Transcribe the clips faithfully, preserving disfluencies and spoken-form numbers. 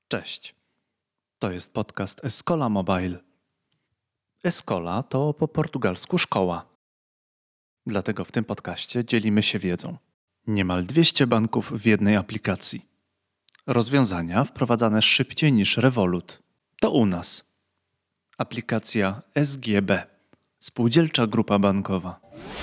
Cześć, to jest podcast Escola Mobile. Escola to po portugalsku szkoła. Dlatego w tym podcaście dzielimy się wiedzą. Niemal dwieście banków w jednej aplikacji. Rozwiązania wprowadzane szybciej niż Revolut. To u nas. Aplikacja S G B. Spółdzielcza Grupa Bankowa.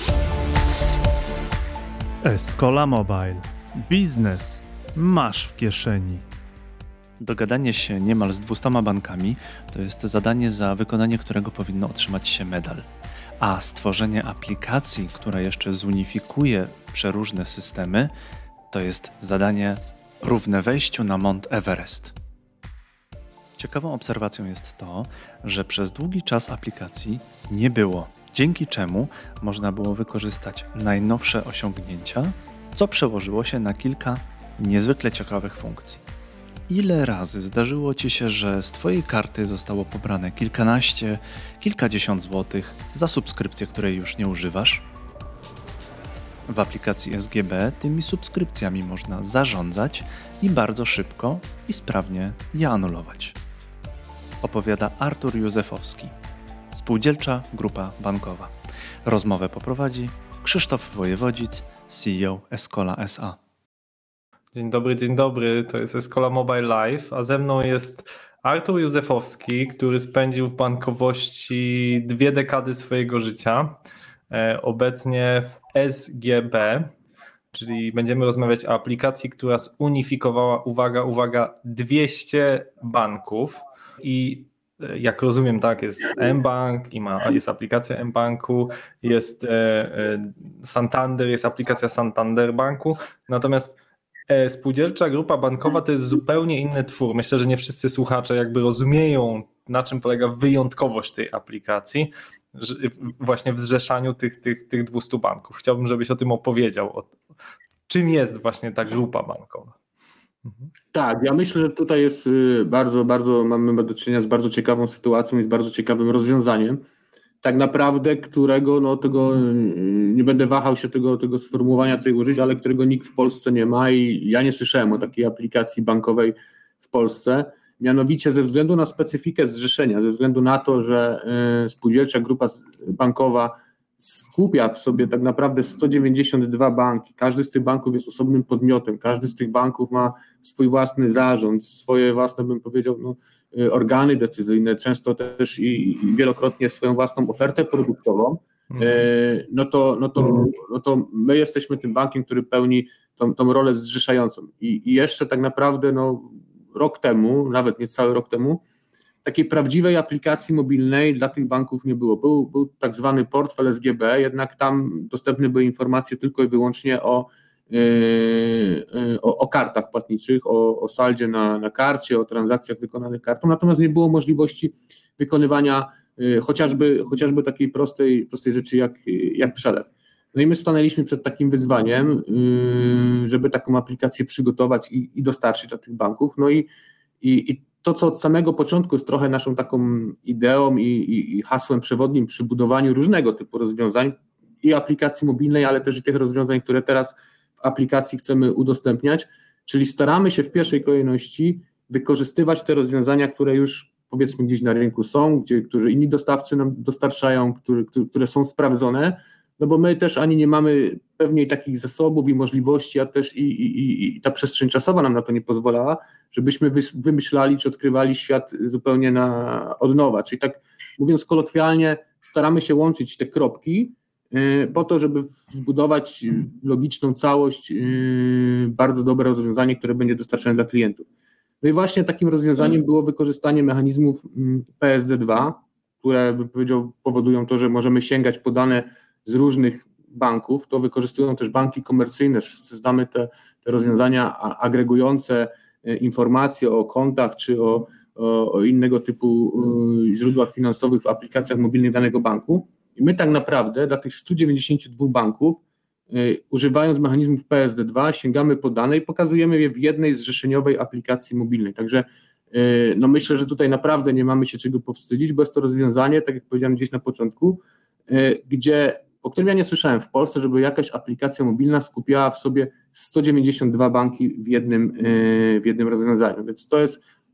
Escola Mobile. Biznes masz w kieszeni. Dogadanie się niemal z dwustoma bankami to jest zadanie, za wykonanie którego powinno otrzymać się medal. A stworzenie aplikacji, która jeszcze zunifikuje przeróżne systemy, to jest zadanie równe wejściu na Mount Everest. Ciekawą obserwacją jest to, że przez długi czas aplikacji nie było, dzięki czemu można było wykorzystać najnowsze osiągnięcia, co przełożyło się na kilka niezwykle ciekawych funkcji. Ile razy zdarzyło Ci się, że z Twojej karty zostało pobrane kilkanaście, kilkadziesiąt złotych za subskrypcję, której już nie używasz? W aplikacji S G B tymi subskrypcjami można zarządzać i bardzo szybko i sprawnie je anulować. Opowiada Artur Józefowski, Spółdzielcza Grupa Bankowa. Rozmowę poprowadzi Krzysztof Wojewodzic, C E O Escola S A. Dzień dobry, dzień dobry, to jest Escola Mobile Live, a ze mną jest Artur Józefowski, który spędził w bankowości dwie dekady swojego życia, e, obecnie w S G B, czyli będziemy rozmawiać o aplikacji, która zunifikowała, uwaga, uwaga, dwieście banków i jak rozumiem, tak, jest mBank i ma, jest aplikacja mBanku, jest e, e, Santander, jest aplikacja Santander Banku, natomiast Spółdzielcza Grupa Bankowa to jest zupełnie inny twór. Myślę, że nie wszyscy słuchacze jakby rozumieją, na czym polega wyjątkowość tej aplikacji, właśnie w zrzeszaniu tych, tych, tych dwustu banków. Chciałbym, żebyś o tym opowiedział. O czym jest właśnie ta grupa bankowa? Mhm. Tak, ja myślę, że tutaj jest bardzo, bardzo, mamy do czynienia z bardzo ciekawą sytuacją i z bardzo ciekawym rozwiązaniem. Tak naprawdę, którego, no tego nie będę wahał się tego, tego sformułowania tutaj użyć, ale którego nikt w Polsce nie ma i ja nie słyszałem o takiej aplikacji bankowej w Polsce, mianowicie ze względu na specyfikę zrzeszenia, ze względu na to, że Spółdzielcza Grupa Bankowa skupia w sobie tak naprawdę sto dziewięćdziesiąt dwa banki, każdy z tych banków jest osobnym podmiotem, każdy z tych banków ma swój własny zarząd, swoje własne, bym powiedział, no, organy decyzyjne, często też i, i wielokrotnie swoją własną ofertę produktową, mhm. no, to, no, to, no to my jesteśmy tym bankiem, który pełni tą, tą rolę zrzeszającą. I, i jeszcze tak naprawdę no, rok temu, nawet nie cały rok temu, takiej prawdziwej aplikacji mobilnej dla tych banków nie było. Był, był tak zwany portfel S G B, jednak tam dostępne były informacje tylko i wyłącznie o O, o kartach płatniczych, o, o saldzie na, na karcie, o transakcjach wykonanych kartą, natomiast nie było możliwości wykonywania y, chociażby, chociażby takiej prostej, prostej rzeczy jak, jak przelew. No i my stanęliśmy przed takim wyzwaniem, y, żeby taką aplikację przygotować i, i dostarczyć do tych banków. No i, i, i to, co od samego początku jest trochę naszą taką ideą i, i, i hasłem przewodnim przy budowaniu różnego typu rozwiązań i aplikacji mobilnej, ale też i tych rozwiązań, które teraz w aplikacji chcemy udostępniać, czyli staramy się w pierwszej kolejności wykorzystywać te rozwiązania, które już powiedzmy gdzieś na rynku są, gdzie, które inni dostawcy nam dostarczają, które, które są sprawdzone, no bo my też ani nie mamy pewnie takich zasobów i możliwości, a też i, i, i ta przestrzeń czasowa nam na to nie pozwalała, żebyśmy wymyślali czy odkrywali świat zupełnie na, od nowa, czyli tak mówiąc kolokwialnie staramy się łączyć te kropki po to, żeby zbudować logiczną całość, bardzo dobre rozwiązanie, które będzie dostarczone dla klientów. No i właśnie takim rozwiązaniem było wykorzystanie mechanizmów P S D dwa, które, bym powiedział, powodują to, że możemy sięgać po dane z różnych banków. To wykorzystują też banki komercyjne. Wszyscy znamy te, te rozwiązania agregujące informacje o kontach czy o, o, o innego typu źródłach finansowych w aplikacjach mobilnych danego banku. I my tak naprawdę dla tych stu dziewięćdziesięciu dwóch banków, y, używając mechanizmów P S D dwa, sięgamy po dane i pokazujemy je w jednej zrzeszeniowej aplikacji mobilnej. Także y, no myślę, że tutaj naprawdę nie mamy się czego powstydzić, bo jest to rozwiązanie, tak jak powiedziałem gdzieś na początku, y, gdzie, o którym ja nie słyszałem w Polsce, żeby jakaś aplikacja mobilna skupiała w sobie sto dziewięćdziesiąt dwa banki w jednym, y, w jednym rozwiązaniu. Więc to jest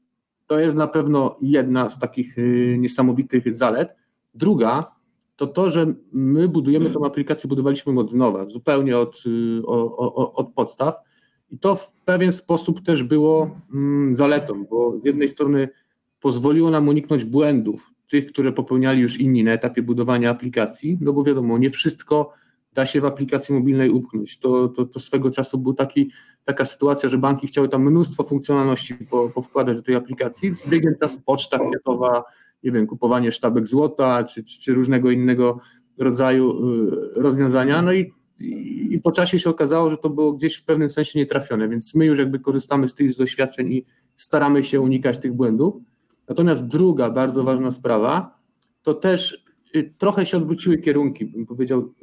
To jest na pewno jedna z takich niesamowitych zalet. Druga to to, że my budujemy tą aplikację, budowaliśmy od nowa, zupełnie od, od, od podstaw i to w pewien sposób też było zaletą, bo z jednej strony pozwoliło nam uniknąć błędów, tych, które popełniali już inni na etapie budowania aplikacji, no bo wiadomo, nie wszystko da się w aplikacji mobilnej upchnąć. To, to, to swego czasu była taka sytuacja, że banki chciały tam mnóstwo funkcjonalności po, powkładać do tej aplikacji. Z biegiem czasu poczta kwiatowa, nie wiem, kupowanie sztabek złota, czy, czy, czy różnego innego rodzaju rozwiązania. No i, i po czasie się okazało, że to było gdzieś w pewnym sensie nietrafione, więc my już jakby korzystamy z tych doświadczeń i staramy się unikać tych błędów. Natomiast druga bardzo ważna sprawa, to też trochę się odwróciły kierunki, bym powiedział,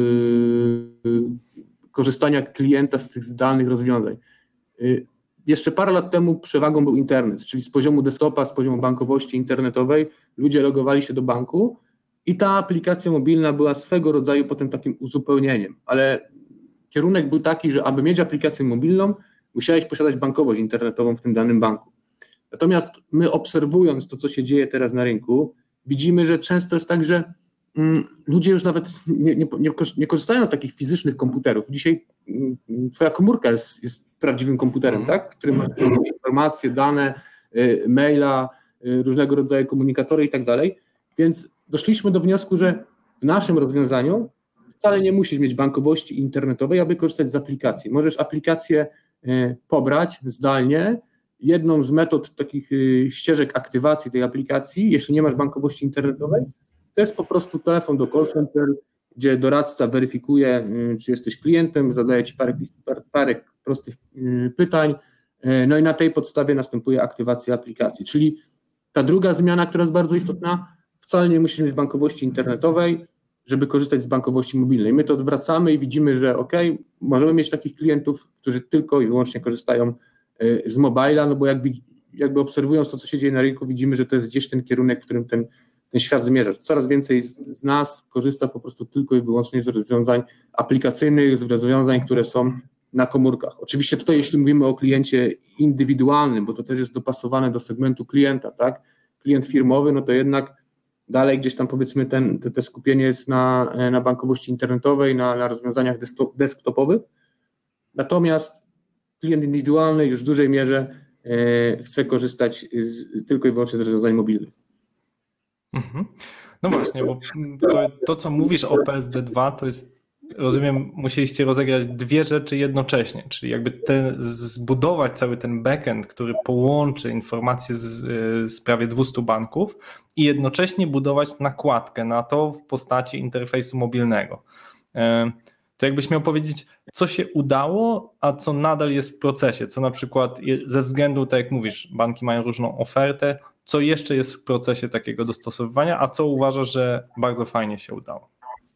yy, korzystania klienta z tych zdalnych rozwiązań. Yy, jeszcze parę lat temu przewagą był internet, czyli z poziomu desktopa, z poziomu bankowości internetowej ludzie logowali się do banku i ta aplikacja mobilna była swego rodzaju potem takim uzupełnieniem, ale kierunek był taki, że aby mieć aplikację mobilną, musiałeś posiadać bankowość internetową w tym danym banku. Natomiast my obserwując to, co się dzieje teraz na rynku, widzimy, że często jest tak, że mm, ludzie już nawet nie, nie, nie korzystają z takich fizycznych komputerów. Dzisiaj mm, twoja komórka jest, jest prawdziwym komputerem, tak? W którym masz informacje, dane, y, maila, y, różnego rodzaju komunikatory i tak dalej. Więc doszliśmy do wniosku, że w naszym rozwiązaniu wcale nie musisz mieć bankowości internetowej, aby korzystać z aplikacji. Możesz aplikację y, pobrać zdalnie. Jedną z metod takich ścieżek aktywacji tej aplikacji, jeśli nie masz bankowości internetowej, to jest po prostu telefon do call center, gdzie doradca weryfikuje, czy jesteś klientem, zadaje ci parę, parę prostych pytań, no i na tej podstawie następuje aktywacja aplikacji. Czyli ta druga zmiana, która jest bardzo istotna, wcale nie musisz mieć bankowości internetowej, żeby korzystać z bankowości mobilnej. My to odwracamy i widzimy, że ok, możemy mieć takich klientów, którzy tylko i wyłącznie korzystają z mobila, no bo jak, jakby obserwując to, co się dzieje na rynku, widzimy, że to jest gdzieś ten kierunek, w którym ten, ten świat zmierza. Coraz więcej z, z nas korzysta po prostu tylko i wyłącznie z rozwiązań aplikacyjnych, z rozwiązań, które są na komórkach. Oczywiście tutaj, jeśli mówimy o kliencie indywidualnym, bo to też jest dopasowane do segmentu klienta, tak? Klient firmowy, no to jednak dalej gdzieś tam powiedzmy ten, te, te skupienie jest na, na bankowości internetowej, na, na rozwiązaniach desktopowych. Natomiast klient indywidualny już w dużej mierze e, chce korzystać z, tylko i wyłącznie z rozwiązań mobilnych. Mhm. No właśnie, bo to, to, co mówisz o P S D dwa, to jest, rozumiem, musieliście rozegrać dwie rzeczy jednocześnie, czyli jakby te, zbudować cały ten backend, który połączy informacje z, z prawie dwustu banków i jednocześnie budować nakładkę na to w postaci interfejsu mobilnego. E, To jakbyś miał powiedzieć, co się udało, a co nadal jest w procesie, co na przykład ze względu, tak jak mówisz, banki mają różną ofertę, co jeszcze jest w procesie takiego dostosowywania, a co uważasz, że bardzo fajnie się udało?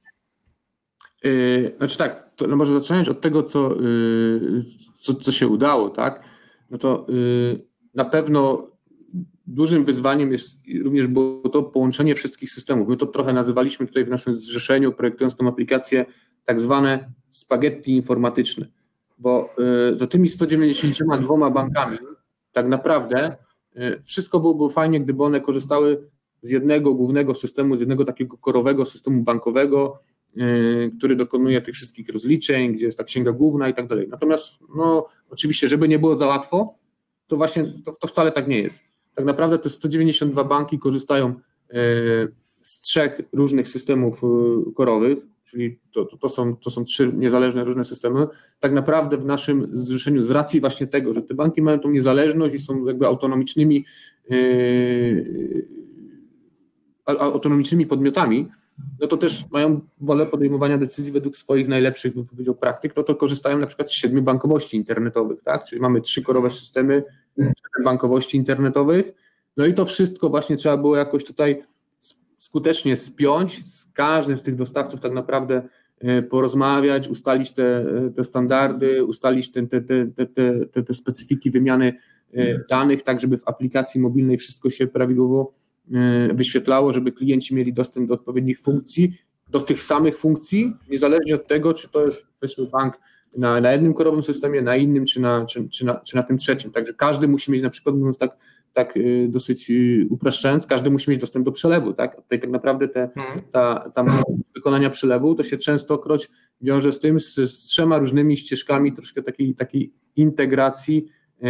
Yy, znaczy tak, to no może zaczynając od tego, co, yy, co, co się udało, tak? No to yy, na pewno dużym wyzwaniem jest również było to połączenie wszystkich systemów. My to trochę nazywaliśmy tutaj w naszym zrzeszeniu, projektując tą aplikację, tak zwane spaghetti informatyczne, bo y, za tymi sto dziewięćdziesięcioma dwoma bankami tak naprawdę y, wszystko byłoby fajnie, gdyby one korzystały z jednego głównego systemu, z jednego takiego korowego systemu bankowego, y, który dokonuje tych wszystkich rozliczeń, gdzie jest ta księga główna i tak dalej. Natomiast no, oczywiście, żeby nie było za łatwo, to właśnie to, to wcale tak nie jest. Tak naprawdę te sto dziewięćdziesiąt dwa banki korzystają y, z trzech różnych systemów y, korowych, czyli to, to, to, są, to są trzy niezależne różne systemy. Tak naprawdę w naszym zrzeszeniu z racji właśnie tego, że te banki mają tą niezależność i są jakby autonomicznymi, yy, autonomicznymi podmiotami, no to też mają wolę podejmowania decyzji według swoich najlepszych, bym powiedział, praktyk, no to korzystają na przykład z siedmiu bankowości internetowych, tak? Czyli mamy trzy korowe systemy bankowości internetowych, no i to wszystko właśnie trzeba było jakoś tutaj skutecznie spiąć, z każdym z tych dostawców tak naprawdę porozmawiać, ustalić te, te standardy, ustalić te, te, te, te, te, te specyfiki wymiany danych, tak żeby w aplikacji mobilnej wszystko się prawidłowo wyświetlało, żeby klienci mieli dostęp do odpowiednich funkcji, do tych samych funkcji, niezależnie od tego, czy to jest powiedzmy bank na, na jednym korowym systemie, na innym, czy na, czy, czy, na, czy na tym trzecim. Także każdy musi mieć na przykład, mówiąc tak tak dosyć upraszczając, każdy musi mieć dostęp do przelewu, tak? Tutaj tak naprawdę te, ta, ta możliwość wykonania przelewu to się częstokroć wiąże z tym, z, z trzema różnymi ścieżkami troszkę takiej, takiej integracji yy,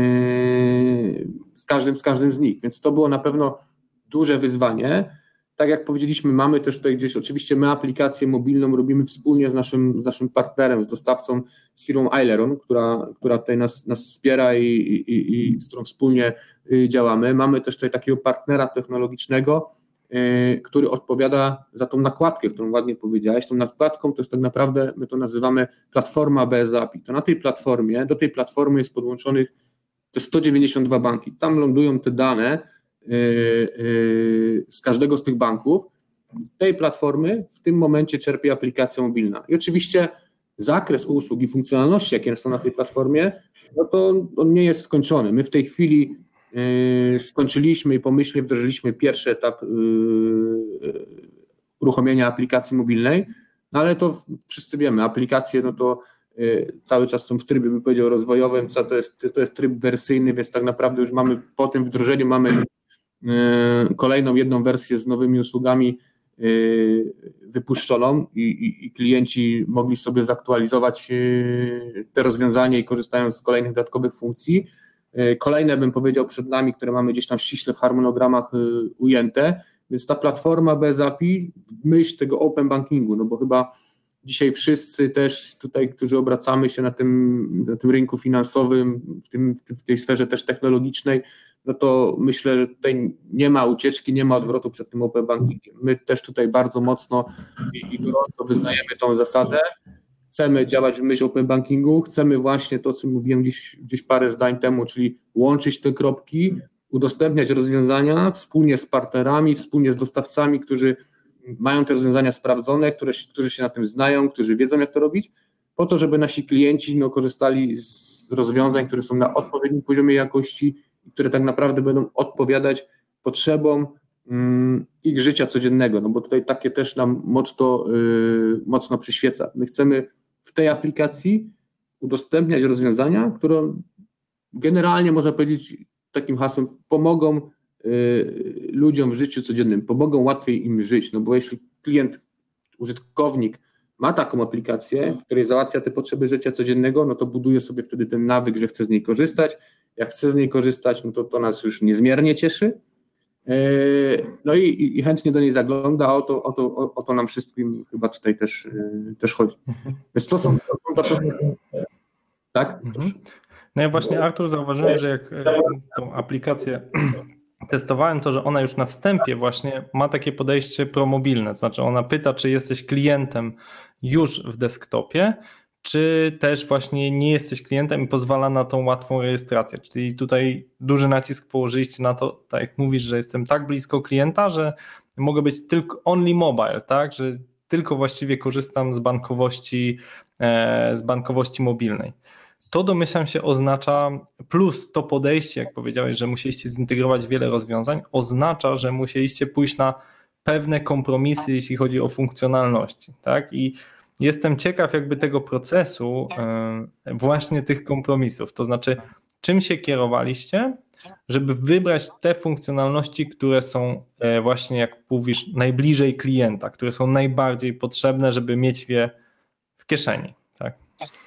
z każdym, z każdym z nich, więc to było na pewno duże wyzwanie. Tak jak powiedzieliśmy, mamy też tutaj gdzieś, oczywiście my aplikację mobilną robimy wspólnie z naszym, z naszym partnerem, z dostawcą, z firmą Aileron, która, która tutaj nas, nas wspiera i, i, i z którą wspólnie działamy. Mamy też tutaj takiego partnera technologicznego, yy, który odpowiada za tą nakładkę, którą ładnie powiedziałeś. Tą nakładką to jest tak naprawdę, my to nazywamy platforma B S A P I. To na tej platformie, do tej platformy jest podłączonych te sto dziewięćdziesiąt dwa banki. Tam lądują te dane z każdego z tych banków. Z tej platformy w tym momencie czerpie aplikacja mobilna. I oczywiście zakres usług i funkcjonalności, jakie są na tej platformie, no to on nie jest skończony. My w tej chwili skończyliśmy i pomyślnie wdrożyliśmy pierwszy etap uruchomienia aplikacji mobilnej, no ale to wszyscy wiemy, aplikacje no to cały czas są w trybie, bym powiedział, rozwojowym, co to jest, to jest tryb wersyjny, więc tak naprawdę już mamy po tym wdrożeniu mamy kolejną jedną wersję z nowymi usługami wypuszczoną i, i, i klienci mogli sobie zaktualizować te rozwiązania i korzystając z kolejnych dodatkowych funkcji. Kolejne, bym powiedział, przed nami, które mamy gdzieś tam ściśle w harmonogramach ujęte, więc ta platforma B S A P I w myśl tego open bankingu, no bo chyba dzisiaj wszyscy też tutaj, którzy obracamy się na tym, na tym rynku finansowym, w, tym, w tej sferze też technologicznej, no to myślę, że tutaj nie ma ucieczki, nie ma odwrotu przed tym open bankingiem. My też tutaj bardzo mocno i, i gorąco wyznajemy tą zasadę. Chcemy działać w myśl open bankingu, chcemy właśnie to, co mówiłem gdzieś, gdzieś parę zdań temu, czyli łączyć te kropki, udostępniać rozwiązania wspólnie z partnerami, wspólnie z dostawcami, którzy mają te rozwiązania sprawdzone, które, którzy się na tym znają, którzy wiedzą, jak to robić, po to, żeby nasi klienci no, korzystali z rozwiązań, które są na odpowiednim poziomie jakości, które tak naprawdę będą odpowiadać potrzebom um, ich życia codziennego, no bo tutaj takie też nam mocno, yy, mocno przyświeca. My chcemy w tej aplikacji udostępniać rozwiązania, które generalnie, można powiedzieć takim hasłem, pomogą yy, ludziom w życiu codziennym, pomogą łatwiej im żyć, no bo jeśli klient, użytkownik ma taką aplikację, w której załatwia te potrzeby życia codziennego, no to buduje sobie wtedy ten nawyk, że chce z niej korzystać. Jak chce z niej korzystać, no to to nas już niezmiernie cieszy. No i, i chętnie do niej zagląda, a o to, o to, o to nam wszystkim chyba tutaj też, też chodzi. Więc to są, to są na pewno... Tak? Mhm. No ja właśnie, Artur, zauważyłem, że jak tą aplikację testowałem, to że ona już na wstępie właśnie ma takie podejście promobilne, to znaczy ona pyta, czy jesteś klientem już w desktopie, czy też właśnie nie jesteś klientem i pozwala na tą łatwą rejestrację. Czyli tutaj duży nacisk położyliście na to, tak jak mówisz, że jestem tak blisko klienta, że mogę być tylko only mobile, tak, że tylko właściwie korzystam z bankowości, z bankowości mobilnej. To domyślam się oznacza, plus to podejście, jak powiedziałeś, że musieliście zintegrować wiele rozwiązań, oznacza, że musieliście pójść na pewne kompromisy, jeśli chodzi o funkcjonalności, tak? I jestem ciekaw jakby tego procesu, właśnie tych kompromisów, to znaczy czym się kierowaliście, żeby wybrać te funkcjonalności, które są właśnie, jak mówisz, najbliżej klienta, które są najbardziej potrzebne, żeby mieć je w kieszeni, tak?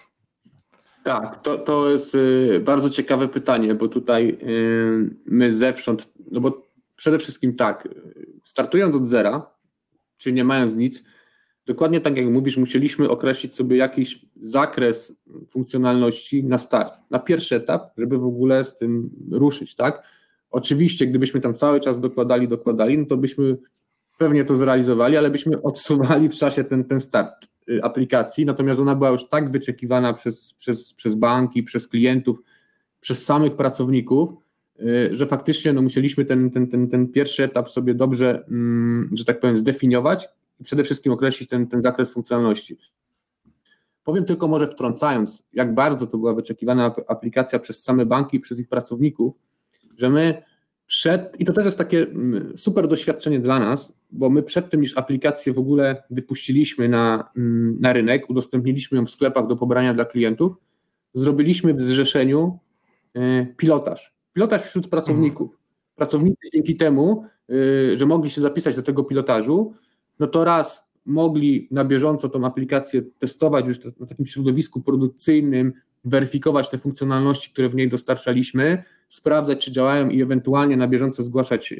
Tak, to, to jest bardzo ciekawe pytanie, bo tutaj my zewsząd, no bo przede wszystkim tak, startując od zera, czyli nie mając nic, dokładnie tak jak mówisz, musieliśmy określić sobie jakiś zakres funkcjonalności na start, na pierwszy etap, żeby w ogóle z tym ruszyć, tak? Oczywiście, gdybyśmy tam cały czas dokładali, dokładali, no to byśmy pewnie to zrealizowali, ale byśmy odsuwali w czasie ten, ten start aplikacji, natomiast ona była już tak wyczekiwana przez, przez, przez banki, przez klientów, przez samych pracowników, że faktycznie no, musieliśmy ten, ten, ten, ten pierwszy etap sobie dobrze, że tak powiem, zdefiniować i przede wszystkim określić ten, ten zakres funkcjonalności. Powiem tylko może wtrącając, jak bardzo to była wyczekiwana aplikacja przez same banki i przez ich pracowników, że my przed, i to też jest takie super doświadczenie dla nas, bo my przed tym, niż aplikację w ogóle wypuściliśmy na, na rynek, udostępniliśmy ją w sklepach do pobrania dla klientów, zrobiliśmy w zrzeszeniu pilotaż. pilotaż wśród pracowników. Pracownicy dzięki temu, że mogli się zapisać do tego pilotażu, no to raz mogli na bieżąco tą aplikację testować już na takim środowisku produkcyjnym, weryfikować te funkcjonalności, które w niej dostarczaliśmy, sprawdzać, czy działają i ewentualnie na bieżąco zgłaszać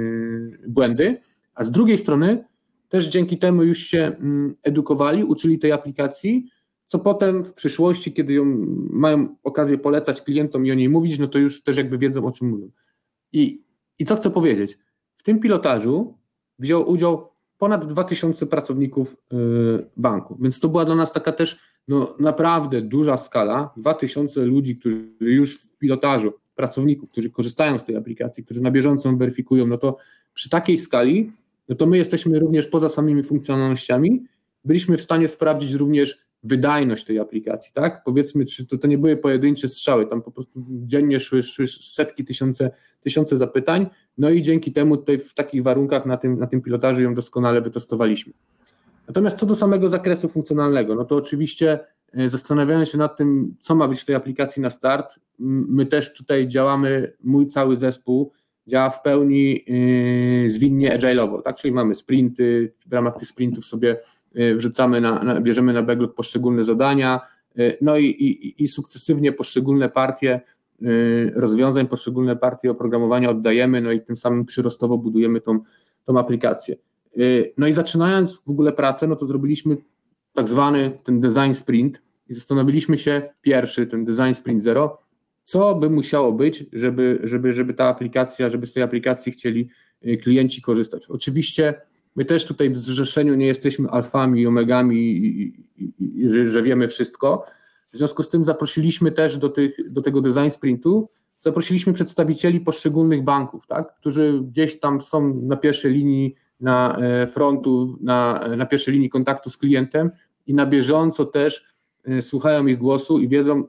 błędy, a z drugiej strony też dzięki temu już się edukowali, uczyli tej aplikacji, co potem w przyszłości, kiedy ją mają okazję polecać klientom i o niej mówić, no to już też jakby wiedzą, o czym mówią. I, i co chcę powiedzieć? W tym pilotażu wziął udział ponad dwa tysiące pracowników banku, więc to była dla nas taka też no, naprawdę duża skala, dwa tysiące ludzi, którzy już w pilotażu, pracowników, którzy korzystają z tej aplikacji, którzy na bieżąco ją weryfikują, no to przy takiej skali, no to my jesteśmy również poza samymi funkcjonalnościami, byliśmy w stanie sprawdzić również wydajność tej aplikacji, tak? Powiedzmy, czy to, to nie były pojedyncze strzały, tam po prostu dziennie szły, szły setki, tysiące, tysiące zapytań, no i dzięki temu tutaj w takich warunkach na tym, na tym pilotażu ją doskonale wytestowaliśmy. Natomiast co do samego zakresu funkcjonalnego, no to oczywiście zastanawiając się nad tym, co ma być w tej aplikacji na start, my też tutaj działamy, mój cały zespół działa w pełni zwinnie agile'owo, tak? Czyli mamy sprinty, w ramach tych sprintów sobie wrzucamy, na, na, bierzemy na backlog poszczególne zadania, no i, i, i sukcesywnie poszczególne partie rozwiązań, poszczególne partie oprogramowania oddajemy, no i tym samym przyrostowo budujemy tą, tą aplikację. No i zaczynając w ogóle pracę, no to zrobiliśmy tak zwany ten design sprint i zastanowiliśmy się, pierwszy, ten design sprint zero, co by musiało być, żeby, żeby, żeby ta aplikacja, żeby z tej aplikacji chcieli klienci korzystać. Oczywiście my też tutaj w zrzeszeniu nie jesteśmy alfami i omegami, i, i, i, że wiemy wszystko. W związku z tym zaprosiliśmy też do, tych, do tego design sprintu, zaprosiliśmy przedstawicieli poszczególnych banków, tak, którzy gdzieś tam są na pierwszej linii na frontu, na, na pierwszej linii kontaktu z klientem i na bieżąco też słuchają ich głosu i wiedzą,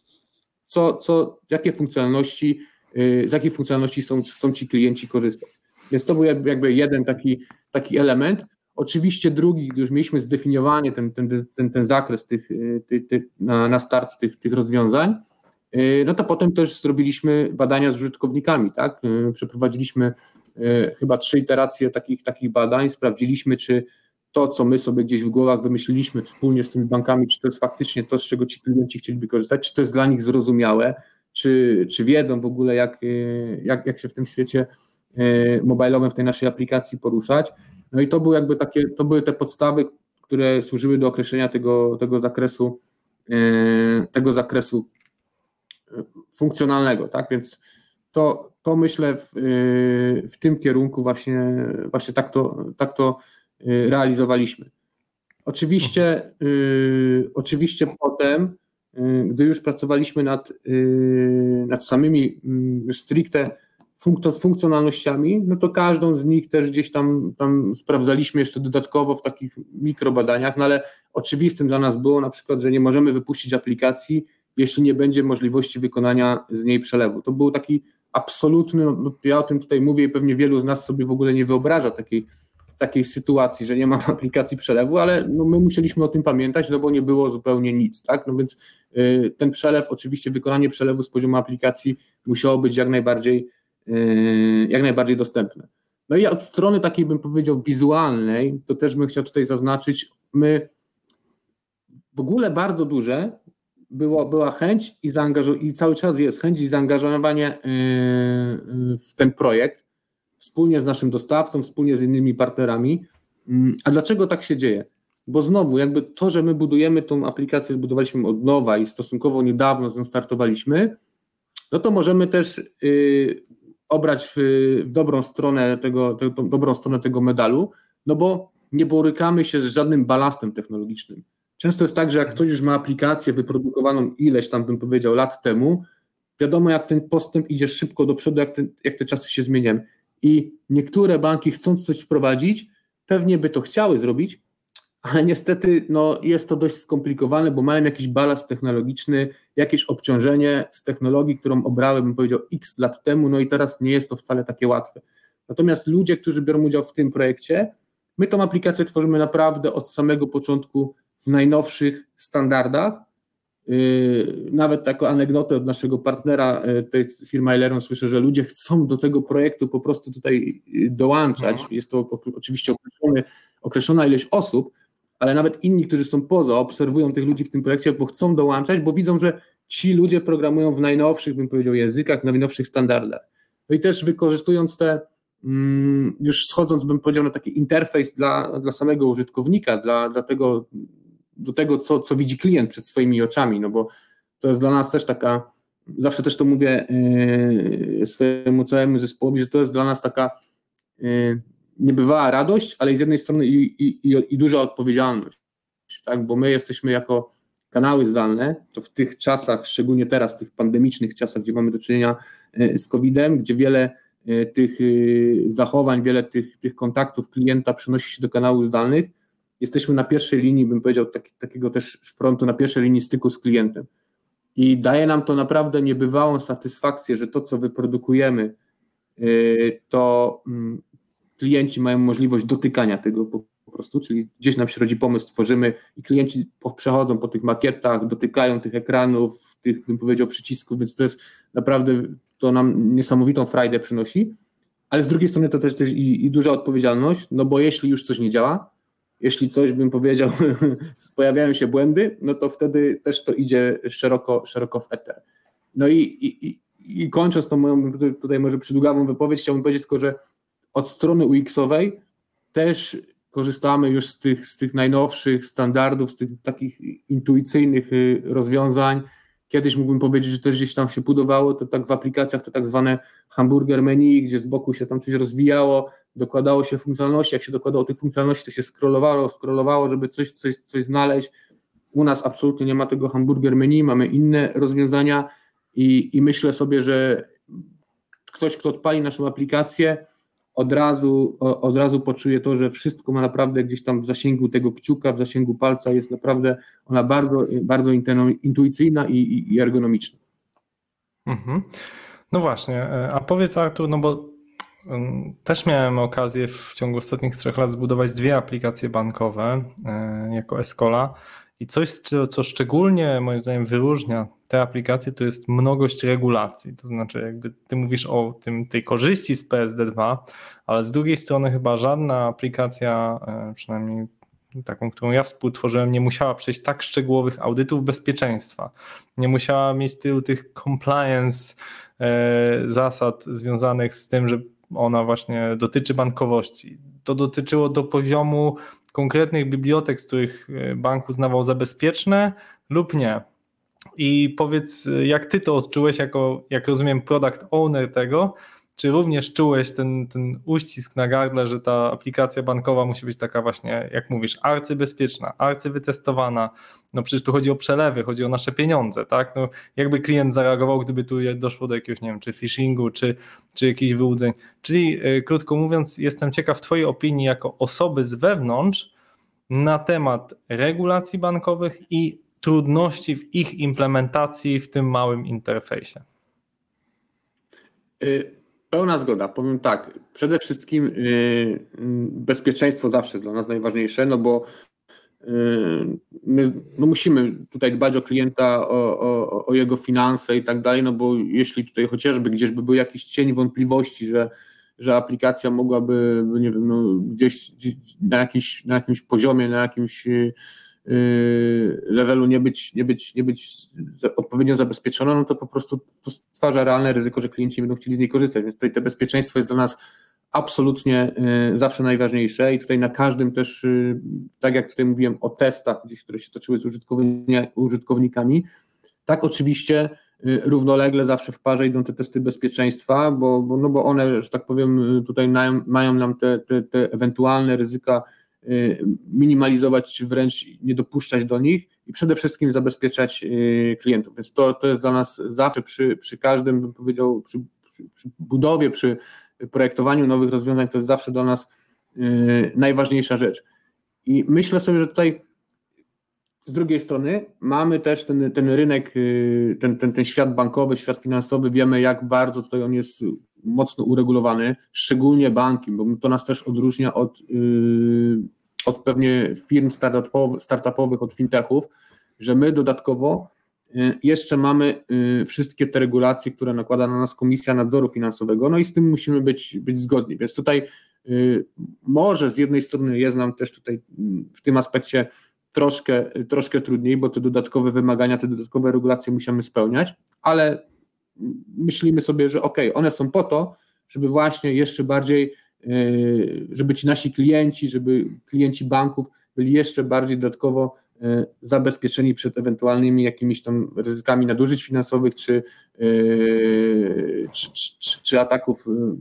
co, co, jakie funkcjonalności, z jakich funkcjonalności są, są ci klienci korzystać. Więc to był jakby jeden taki, taki element. Oczywiście drugi, gdy już mieliśmy zdefiniowanie ten, ten, ten, ten zakres tych, tych, tych, na, na start tych, tych rozwiązań, no to potem też zrobiliśmy badania z użytkownikami, tak? Przeprowadziliśmy chyba trzy iteracje takich, takich badań, sprawdziliśmy, czy to, co my sobie gdzieś w głowach wymyśliliśmy wspólnie z tymi bankami, czy to jest faktycznie to, z czego ci klienci chcieliby korzystać, czy to jest dla nich zrozumiałe, czy, czy wiedzą w ogóle, jak, jak, jak się w tym świecie mobilowym, w tej naszej aplikacji poruszać. No i to były jakby takie, to były te podstawy, które służyły do określenia tego, tego zakresu, tego zakresu funkcjonalnego, tak, więc to, to myślę w, w tym kierunku właśnie, właśnie tak to, tak to realizowaliśmy. Oczywiście, y, oczywiście potem, y, gdy już pracowaliśmy nad, y, nad samymi y, stricte funkcjonalnościami, no to każdą z nich też gdzieś tam, tam sprawdzaliśmy jeszcze dodatkowo w takich mikrobadaniach, no ale oczywistym dla nas było na przykład, że nie możemy wypuścić aplikacji, jeśli nie będzie możliwości wykonania z niej przelewu. To był taki absolutny, no ja o tym tutaj mówię i pewnie wielu z nas sobie w ogóle nie wyobraża takiej, takiej sytuacji, że nie ma aplikacji przelewu, ale no my musieliśmy o tym pamiętać, no bo nie było zupełnie nic, tak? No więc y, ten przelew, oczywiście wykonanie przelewu z poziomu aplikacji musiało być jak najbardziej, y, jak najbardziej dostępne. No i od strony takiej, bym powiedział, wizualnej, to też bym chciał tutaj zaznaczyć, my w ogóle bardzo duże było, była chęć i, zaangażowanie, i cały czas jest chęć i zaangażowanie y, y, w ten projekt, wspólnie z naszym dostawcą, wspólnie z innymi partnerami. A dlaczego tak się dzieje? Bo znowu jakby to, że my budujemy tą aplikację, zbudowaliśmy od nowa i stosunkowo niedawno z nią startowaliśmy, no to możemy też y, obrać w, w dobrą stronę tego, te, dobrą stronę tego medalu, no bo nie borykamy się z żadnym balastem technologicznym. Często jest tak, że jak ktoś już ma aplikację wyprodukowaną ileś tam, bym powiedział, lat temu, wiadomo, jak ten postęp idzie szybko do przodu, jak, ten, jak te czasy się zmieniają. I niektóre banki, chcąc coś wprowadzić, pewnie by to chciały zrobić, ale niestety no, jest to dość skomplikowane, bo mają jakiś balast technologiczny, jakieś obciążenie z technologii, którą obrały, bym powiedział, x lat temu, no i teraz nie jest to wcale takie łatwe. Natomiast ludzie, którzy biorą udział w tym projekcie, my tą aplikację tworzymy naprawdę od samego początku w najnowszych standardach, Nawet taką anegdotę od naszego partnera tej firmy Aileron słyszę, że ludzie chcą do tego projektu po prostu tutaj dołączać. Mhm. Jest to oczywiście określony, określona ilość osób, ale nawet inni, którzy są poza, obserwują tych ludzi w tym projekcie, bo chcą dołączać, bo widzą, że ci ludzie programują w najnowszych, bym powiedział, językach, w najnowszych standardach. No i też wykorzystując te, już schodząc, bym powiedział, na taki interfejs dla, dla samego użytkownika, dla, dla tego, do tego, co, co widzi klient przed swoimi oczami, no bo to jest dla nas też taka, zawsze też to mówię yy, swojemu całemu zespołowi, że to jest dla nas taka yy, niebywała radość, ale z jednej strony i, i, i, i duża odpowiedzialność, tak? Bo my jesteśmy jako kanały zdalne, to w tych czasach, szczególnie teraz, w tych pandemicznych czasach, gdzie mamy do czynienia z kowidem, gdzie wiele tych zachowań, wiele tych, tych kontaktów klienta przenosi się do kanałów zdalnych, jesteśmy na pierwszej linii, bym powiedział, tak, takiego też frontu, na pierwszej linii styku z klientem. I daje nam to naprawdę niebywałą satysfakcję, że to, co wyprodukujemy, to klienci mają możliwość dotykania tego po, po prostu, czyli gdzieś nam się rodzi pomysł, tworzymy i klienci po, przechodzą po tych makietach, dotykają tych ekranów, tych, bym powiedział, przycisków, więc to jest naprawdę, to nam niesamowitą frajdę przynosi, ale z drugiej strony to też, też i, i duża odpowiedzialność, no bo jeśli już coś nie działa, jeśli coś, bym powiedział, pojawiają się błędy, no to wtedy też to idzie szeroko, szeroko w eter. No i, i, i kończąc tą moją tutaj może przydługawą wypowiedź, chciałbym powiedzieć tylko, że od strony U X-owej też korzystamy już z tych, z tych najnowszych standardów, z tych takich intuicyjnych rozwiązań. Kiedyś mógłbym powiedzieć, że też gdzieś tam się budowało, to tak w aplikacjach to tak zwane hamburger menu, gdzie z boku się tam coś rozwijało, dokładało się funkcjonalności, jak się dokładało tych funkcjonalności, to się scrollowało, scrollowało, żeby coś, coś, coś znaleźć. U nas absolutnie nie ma tego hamburger menu, mamy inne rozwiązania i, i myślę sobie, że ktoś, kto odpali naszą aplikację, od razu, od razu poczuje to, że wszystko ma naprawdę gdzieś tam w zasięgu tego kciuka, w zasięgu palca, jest naprawdę ona bardzo, bardzo intuicyjna i, i ergonomiczna. Mhm. No właśnie, a powiedz, Artur, no bo też miałem okazję w ciągu ostatnich trzech lat zbudować dwie aplikacje bankowe jako Escola i coś, co szczególnie moim zdaniem wyróżnia te aplikacje, to jest mnogość regulacji. To znaczy jakby ty mówisz o tym, tej korzyści z P S D dwa, ale z drugiej strony chyba żadna aplikacja, przynajmniej taką, którą ja współtworzyłem, nie musiała przejść tak szczegółowych audytów bezpieczeństwa. Nie musiała mieć tylu tych compliance zasad związanych z tym, że ona właśnie dotyczy bankowości. To dotyczyło do poziomu konkretnych bibliotek, z których bank uznawał za bezpieczne lub nie. I powiedz, jak ty to odczułeś jako, jak rozumiem, product owner tego, czy również czułeś ten, ten uścisk na gardle, że ta aplikacja bankowa musi być taka właśnie, jak mówisz, arcybezpieczna, arcywytestowana. No przecież tu chodzi o przelewy, chodzi o nasze pieniądze, tak? No jakby klient zareagował, gdyby tu doszło do jakiegoś, nie wiem, czy phishingu, czy, czy jakichś wyłudzeń. Czyli yy, krótko mówiąc, jestem ciekaw twojej opinii jako osoby z wewnątrz na temat regulacji bankowych i trudności w ich implementacji w tym małym interfejsie. Pełna zgoda. Powiem tak, przede wszystkim bezpieczeństwo zawsze jest dla nas najważniejsze, no bo my no musimy tutaj dbać o klienta, o, o, o jego finanse i tak dalej, no bo jeśli tutaj chociażby gdzieś by był jakiś cień wątpliwości, że, że aplikacja mogłaby, nie wiem, no gdzieś, gdzieś na, jakiś, na jakimś poziomie, na jakimś levelu nie być, nie być, nie być odpowiednio zabezpieczona, no to po prostu to stwarza realne ryzyko, że klienci będą chcieli z niej korzystać, więc tutaj to bezpieczeństwo jest dla nas absolutnie zawsze najważniejsze i tutaj na każdym też, tak jak tutaj mówiłem o testach, gdzieś, które się toczyły z użytkownikami, tak oczywiście równolegle zawsze w parze idą te testy bezpieczeństwa, bo, bo, no bo one, że tak powiem, tutaj mają, mają nam te, te, te ewentualne ryzyka minimalizować, czy wręcz nie dopuszczać do nich i przede wszystkim zabezpieczać klientów. Więc to, to jest dla nas zawsze przy, przy każdym, bym powiedział, przy, przy, przy budowie, przy projektowaniu nowych rozwiązań, to jest zawsze dla nas najważniejsza rzecz. I myślę sobie, że tutaj z drugiej strony mamy też ten, ten rynek, ten, ten, ten świat bankowy, świat finansowy, wiemy jak bardzo tutaj on jest mocno uregulowany, szczególnie banki, bo to nas też odróżnia od, od pewnie firm startupowych, startupowych, od fintechów, że my dodatkowo jeszcze mamy wszystkie te regulacje, które nakłada na nas Komisja Nadzoru Finansowego, no i z tym musimy być, być zgodni, więc tutaj może z jednej strony jest nam też tutaj w tym aspekcie troszkę, troszkę trudniej, bo te dodatkowe wymagania, te dodatkowe regulacje musimy spełniać, ale myślimy sobie, że okej, one są po to, żeby właśnie jeszcze bardziej, żeby ci nasi klienci, żeby klienci banków byli jeszcze bardziej dodatkowo zabezpieczeni przed ewentualnymi jakimiś tam ryzykami nadużyć finansowych czy, czy, czy, czy ataków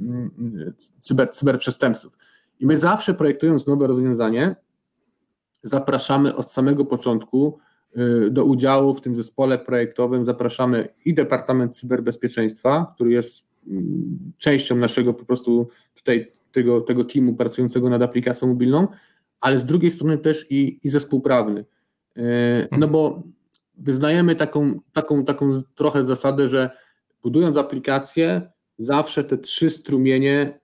cyber, cyberprzestępców. I my zawsze, projektując nowe rozwiązanie, zapraszamy od samego początku do udziału w tym zespole projektowym, zapraszamy i Departament Cyberbezpieczeństwa, który jest częścią naszego po prostu tutaj tego, tego teamu pracującego nad aplikacją mobilną, ale z drugiej strony też i, i zespół prawny. No bo wyznajemy taką, taką, taką trochę zasadę, że budując aplikację, zawsze te trzy strumienie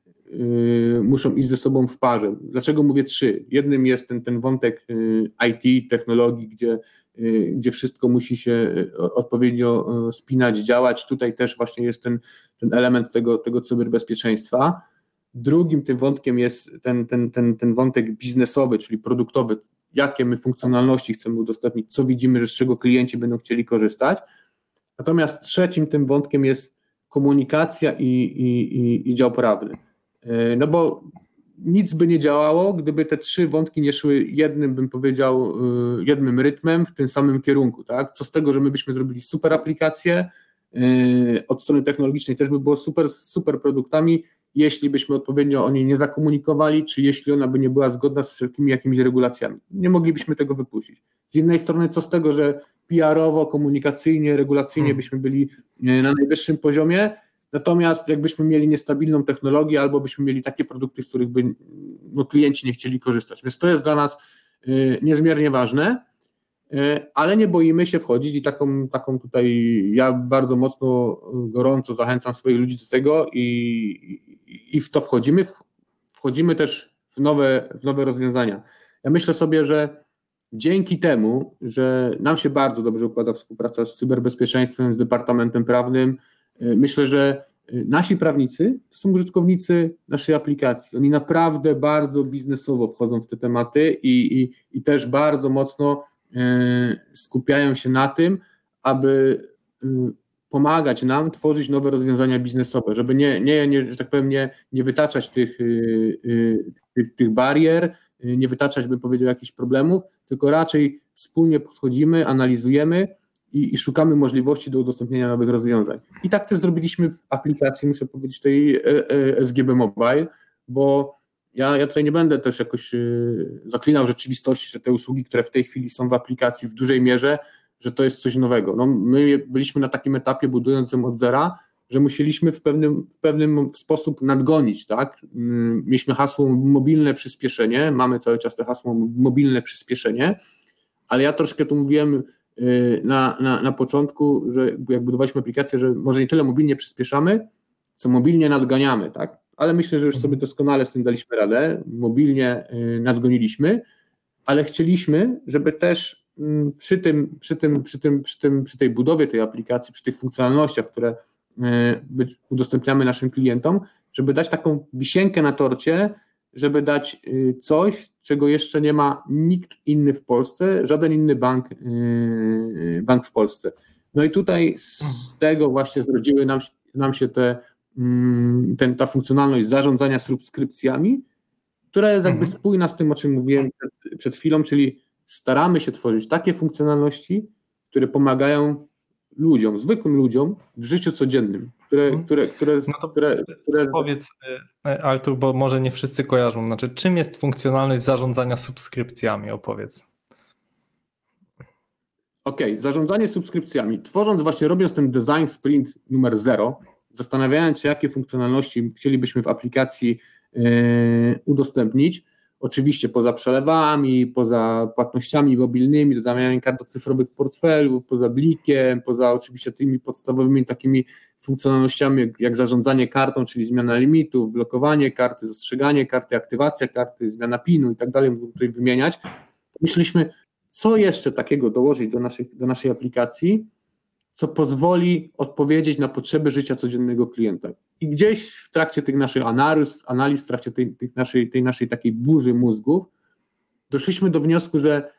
muszą iść ze sobą w parze. Dlaczego mówię trzy? Jednym jest ten, ten wątek I T, technologii, gdzie, gdzie wszystko musi się odpowiednio spinać, działać. Tutaj też właśnie jest ten, ten element tego, tego cyberbezpieczeństwa. Drugim tym wątkiem jest ten, ten, ten, ten wątek biznesowy, czyli produktowy. Jakie my funkcjonalności chcemy udostępnić, co widzimy, że z czego klienci będą chcieli korzystać. Natomiast trzecim tym wątkiem jest komunikacja i, i, i, i dział prawny. No bo nic by nie działało, gdyby te trzy wątki nie szły jednym, bym powiedział, jednym rytmem w tym samym kierunku. Tak? Co z tego, że my byśmy zrobili super aplikację, od strony technologicznej też by było super, super produktami, jeśli byśmy odpowiednio o niej nie zakomunikowali, czy jeśli ona by nie była zgodna z wszelkimi jakimiś regulacjami. Nie moglibyśmy tego wypuścić. Z jednej strony, co z tego, że P R-owo, komunikacyjnie, regulacyjnie hmm. byśmy byli na najwyższym poziomie, natomiast jakbyśmy mieli niestabilną technologię, albo byśmy mieli takie produkty, z których by no, klienci nie chcieli korzystać. Więc to jest dla nas y, niezmiernie ważne, y, ale nie boimy się wchodzić i taką, taką tutaj ja bardzo mocno, gorąco zachęcam swoich ludzi do tego i, i, i w to wchodzimy. Wchodzimy też w nowe, w nowe rozwiązania. Ja myślę sobie, że dzięki temu, że nam się bardzo dobrze układa współpraca z cyberbezpieczeństwem, z Departamentem Prawnym, myślę, że nasi prawnicy to są użytkownicy naszej aplikacji. Oni naprawdę bardzo biznesowo wchodzą w te tematy i, i, i też bardzo mocno skupiają się na tym, aby pomagać nam tworzyć nowe rozwiązania biznesowe, żeby nie, nie, nie że tak powiem, nie, nie wytaczać tych, tych, tych barier, nie wytaczać, bym powiedział, jakichś problemów, tylko raczej wspólnie podchodzimy, analizujemy i, i szukamy możliwości do udostępnienia nowych rozwiązań. I tak też zrobiliśmy w aplikacji, muszę powiedzieć, tej S G B Mobile, bo ja, ja tutaj nie będę też jakoś zaklinał rzeczywistości, że te usługi, które w tej chwili są w aplikacji w dużej mierze, że to jest coś nowego. No, my byliśmy na takim etapie budującym od zera, że musieliśmy w pewnym, w pewnym sposób nadgonić, tak? Mieliśmy hasło mobilne przyspieszenie, mamy cały czas to hasło mobilne przyspieszenie, ale ja troszkę tu mówiłem na, na, na początku, że jak budowaliśmy aplikację, że może nie tyle mobilnie przyspieszamy, co mobilnie nadganiamy, tak? Ale myślę, że już sobie doskonale z tym daliśmy radę, mobilnie nadgoniliśmy, ale chcieliśmy, żeby też przy tym, przy tym, przy tym, przy tym, przy tej budowie tej aplikacji, przy tych funkcjonalnościach, które udostępniamy naszym klientom, żeby dać taką wisienkę na torcie, żeby dać coś, czego jeszcze nie ma nikt inny w Polsce, żaden inny bank, bank w Polsce. No i tutaj z tego właśnie zrodziły nam, nam się te, ten, ta funkcjonalność zarządzania subskrypcjami, która jest jakby spójna z tym, o czym mówiłem przed, przed chwilą, czyli staramy się tworzyć takie funkcjonalności, które pomagają ludziom, zwykłym ludziom w życiu codziennym, które... które, które, no to które, które... Powiedz, Artur, bo może nie wszyscy kojarzą, znaczy czym jest funkcjonalność zarządzania subskrypcjami, opowiedz. Okej, okay, zarządzanie subskrypcjami. Tworząc właśnie, robiąc ten design sprint numer zero, zastanawiając się, jakie funkcjonalności chcielibyśmy w aplikacji yy, udostępnić, oczywiście poza przelewami, poza płatnościami mobilnymi, dodawaniem kart do cyfrowych portfelów, poza blikiem, poza oczywiście tymi podstawowymi takimi funkcjonalnościami jak, jak zarządzanie kartą, czyli zmiana limitów, blokowanie karty, zastrzeganie karty, aktywacja karty, zmiana pinu i tak dalej, mógłbym tutaj wymieniać. Myśleliśmy, co jeszcze takiego dołożyć do, naszych, do naszej aplikacji, co pozwoli odpowiedzieć na potrzeby życia codziennego klienta. I gdzieś w trakcie tych naszych analiz, analiz w trakcie tej, tych naszej, tej naszej takiej burzy mózgów, doszliśmy do wniosku, że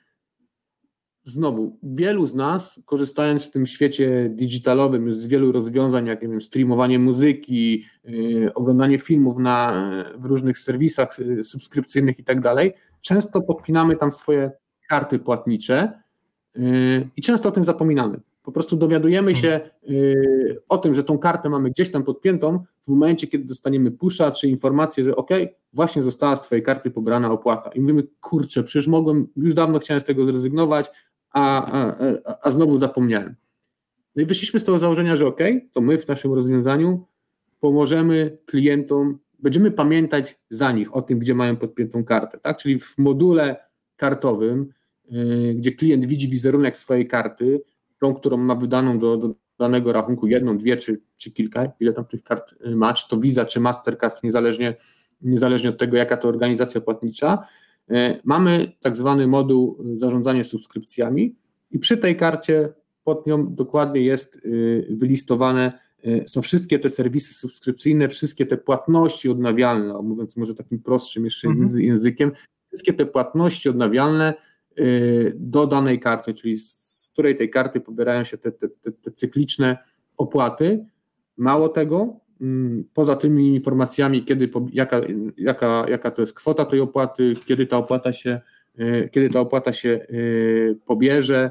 znowu wielu z nas, korzystając w tym świecie digitalowym już z wielu rozwiązań, jak nie wiem, streamowanie muzyki, yy, oglądanie filmów na, w różnych serwisach yy, subskrypcyjnych i tak dalej, często podpinamy tam swoje karty płatnicze yy, i często o tym zapominamy. Po prostu dowiadujemy się yy, o tym, że tą kartę mamy gdzieś tam podpiętą w momencie, kiedy dostaniemy pusha czy informację, że ok, właśnie została z twojej karty pobrana opłata. I mówimy, kurczę, przecież mogłem, już dawno chciałem z tego zrezygnować, a, a, a, a znowu zapomniałem. No i wyszliśmy z tego założenia, że ok, to my w naszym rozwiązaniu pomożemy klientom, będziemy pamiętać za nich o tym, gdzie mają podpiętą kartę, tak? Czyli w module kartowym, yy, gdzie klient widzi wizerunek swojej karty, tą, którą ma wydaną do, do danego rachunku, jedną, dwie czy, czy kilka, ile tam tych kart ma, czy to Visa, czy Mastercard, niezależnie, niezależnie od tego, jaka to organizacja płatnicza. Mamy tak zwany moduł zarządzania subskrypcjami i przy tej karcie pod nią dokładnie jest wylistowane, są wszystkie te serwisy subskrypcyjne, wszystkie te płatności odnawialne, mówiąc może takim prostszym jeszcze mhm. językiem, wszystkie te płatności odnawialne do danej karty, czyli z której tej karty pobierają się te, te, te, te cykliczne opłaty. Mało tego, poza tymi informacjami, kiedy, jaka, jaka, jaka to jest kwota tej opłaty, kiedy ta opłata się, kiedy ta opłata się pobierze,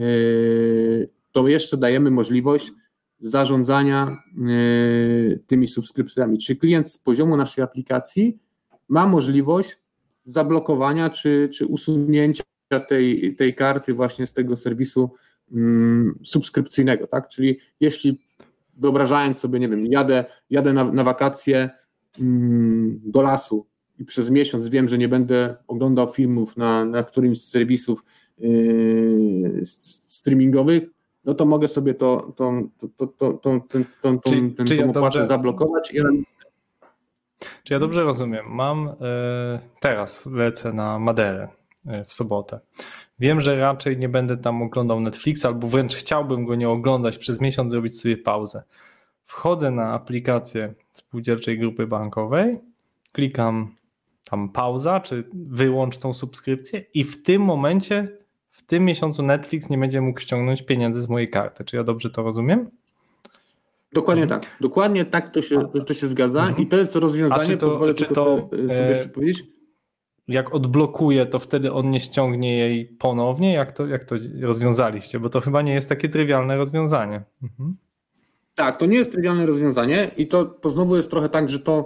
to jeszcze dajemy możliwość zarządzania tymi subskrypcjami. Czy klient z poziomu naszej aplikacji ma możliwość zablokowania czy, czy usunięcia tej, tej karty właśnie z tego serwisu um, subskrypcyjnego, tak? Czyli jeśli wyobrażając sobie, nie wiem, jadę, jadę na, na wakacje um, do lasu i przez miesiąc wiem, że nie będę oglądał filmów na, na którymś z serwisów yy, streamingowych, no to mogę sobie to, to, to, to, to, to, ten, tą, czyli, ten, czy tą ja opłatę dobrze, zablokować. I... Czy ja dobrze rozumiem? Mam y, teraz lecę na Maderę y, w sobotę. Wiem, że raczej nie będę tam oglądał Netflixa, albo wręcz chciałbym go nie oglądać przez miesiąc, zrobić sobie pauzę. Wchodzę na aplikację spółdzielczej grupy bankowej, klikam tam pauza, czy wyłącz tą subskrypcję i w tym momencie, w tym miesiącu Netflix nie będzie mógł ściągnąć pieniędzy z mojej karty. Czy ja dobrze to rozumiem? Dokładnie mhm. tak. Dokładnie tak to się, to, to się zgadza mhm. i to jest rozwiązanie, czy to, pozwolę czy tylko to, sobie, sobie jeszcze powiedzieć. Jak odblokuje, to wtedy on nie ściągnie jej ponownie? Jak to, jak to rozwiązaliście? Bo to chyba nie jest takie trywialne rozwiązanie. Mhm. Tak, to nie jest trywialne rozwiązanie i to, to znowu jest trochę tak, że to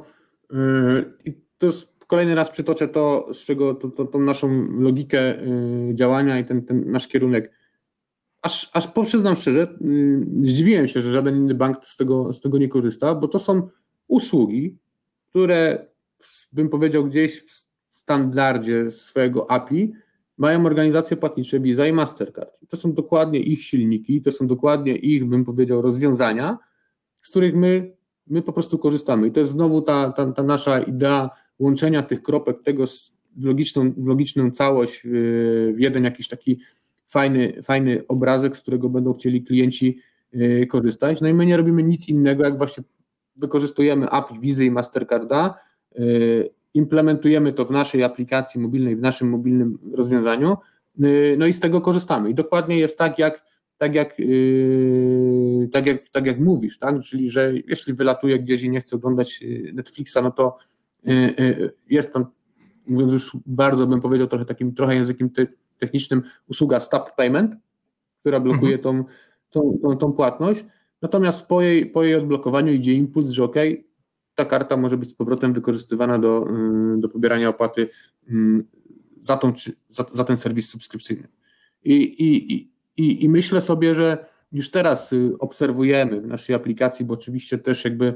yy, to jest, kolejny raz przytoczę to, z czego to, to, tą naszą logikę yy, działania i ten, ten nasz kierunek. Aż, aż przyznam szczerze, yy, zdziwiłem się, że żaden inny bank z tego, z tego nie korzysta, bo to są usługi, które bym powiedział gdzieś w standardzie swojego A P I mają organizacje płatnicze Visa i Mastercard. I to są dokładnie ich silniki, to są dokładnie ich, bym powiedział, rozwiązania, z których my, my po prostu korzystamy. I to jest znowu ta, ta, ta nasza idea łączenia tych kropek, tego w logiczną, w logiczną całość, w jeden jakiś taki fajny, fajny obrazek, z którego będą chcieli klienci korzystać. No i my nie robimy nic innego, jak właśnie wykorzystujemy A P I Visa i Mastercarda, implementujemy to w naszej aplikacji mobilnej, w naszym mobilnym rozwiązaniu, no i z tego korzystamy. I dokładnie jest tak, jak, tak, jak, yy, tak, jak, tak jak mówisz, tak? Czyli że jeśli wylatuję gdzieś i nie chcę oglądać Netflixa, no to yy, yy, jest tam, mówiąc już bardzo, bym powiedział, trochę takim trochę językiem te, technicznym, usługa Stop Payment, która blokuje mhm. tą, tą, tą, tą płatność. Natomiast po jej, po jej odblokowaniu idzie impuls, że ok, ta karta może być z powrotem wykorzystywana do, do pobierania opłaty za, tą, za, za ten serwis subskrypcyjny. I, i, i, I myślę sobie, że już teraz obserwujemy w naszej aplikacji, bo oczywiście też jakby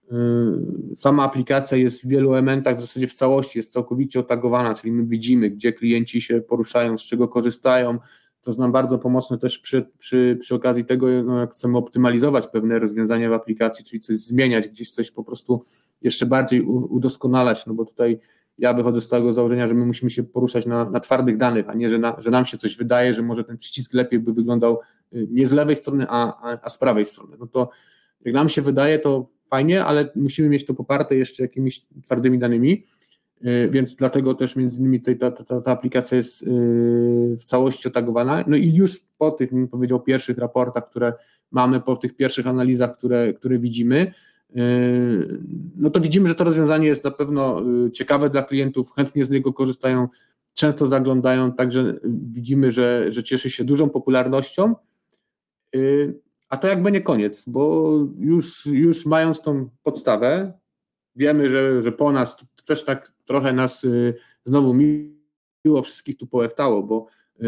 sama aplikacja jest w wielu elementach, w zasadzie w całości jest całkowicie otagowana, czyli my widzimy, gdzie klienci się poruszają, z czego korzystają. To jest nam bardzo pomocne też przy, przy, przy okazji tego, no, jak chcemy optymalizować pewne rozwiązania w aplikacji, czyli coś zmieniać, gdzieś coś po prostu jeszcze bardziej udoskonalać, no bo tutaj ja wychodzę z tego założenia, że my musimy się poruszać na, na twardych danych, a nie, że, na, że nam się coś wydaje, że może ten przycisk lepiej by wyglądał nie z lewej strony, a, a, a z prawej strony. No to jak nam się wydaje, to fajnie, ale musimy mieć to poparte jeszcze jakimiś twardymi danymi, więc dlatego też między innymi tutaj ta, ta, ta aplikacja jest w całości otagowana. No i już po tych, bym powiedział, pierwszych raportach, które mamy, po tych pierwszych analizach, które, które widzimy, no to widzimy, że to rozwiązanie jest na pewno ciekawe dla klientów, chętnie z niego korzystają, często zaglądają, także widzimy, że, że cieszy się dużą popularnością, a to jakby nie koniec, bo już, już mając tą podstawę, wiemy, że, że po nas, to też tak trochę nas znowu miło wszystkich tu połechtało, bo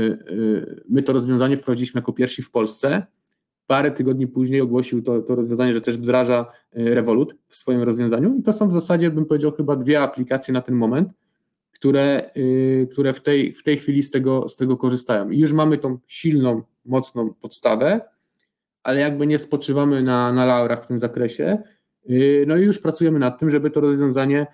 my to rozwiązanie wprowadziliśmy jako pierwsi w Polsce. Parę tygodni później ogłosił to, to rozwiązanie, że też wdraża Revolut w swoim rozwiązaniu i to są w zasadzie, bym powiedział, chyba dwie aplikacje na ten moment, które, które w, tej, w tej chwili z tego, z tego korzystają. I już mamy tą silną, mocną podstawę, ale jakby nie spoczywamy na, na laurach w tym zakresie, no i już pracujemy nad tym, żeby to rozwiązanie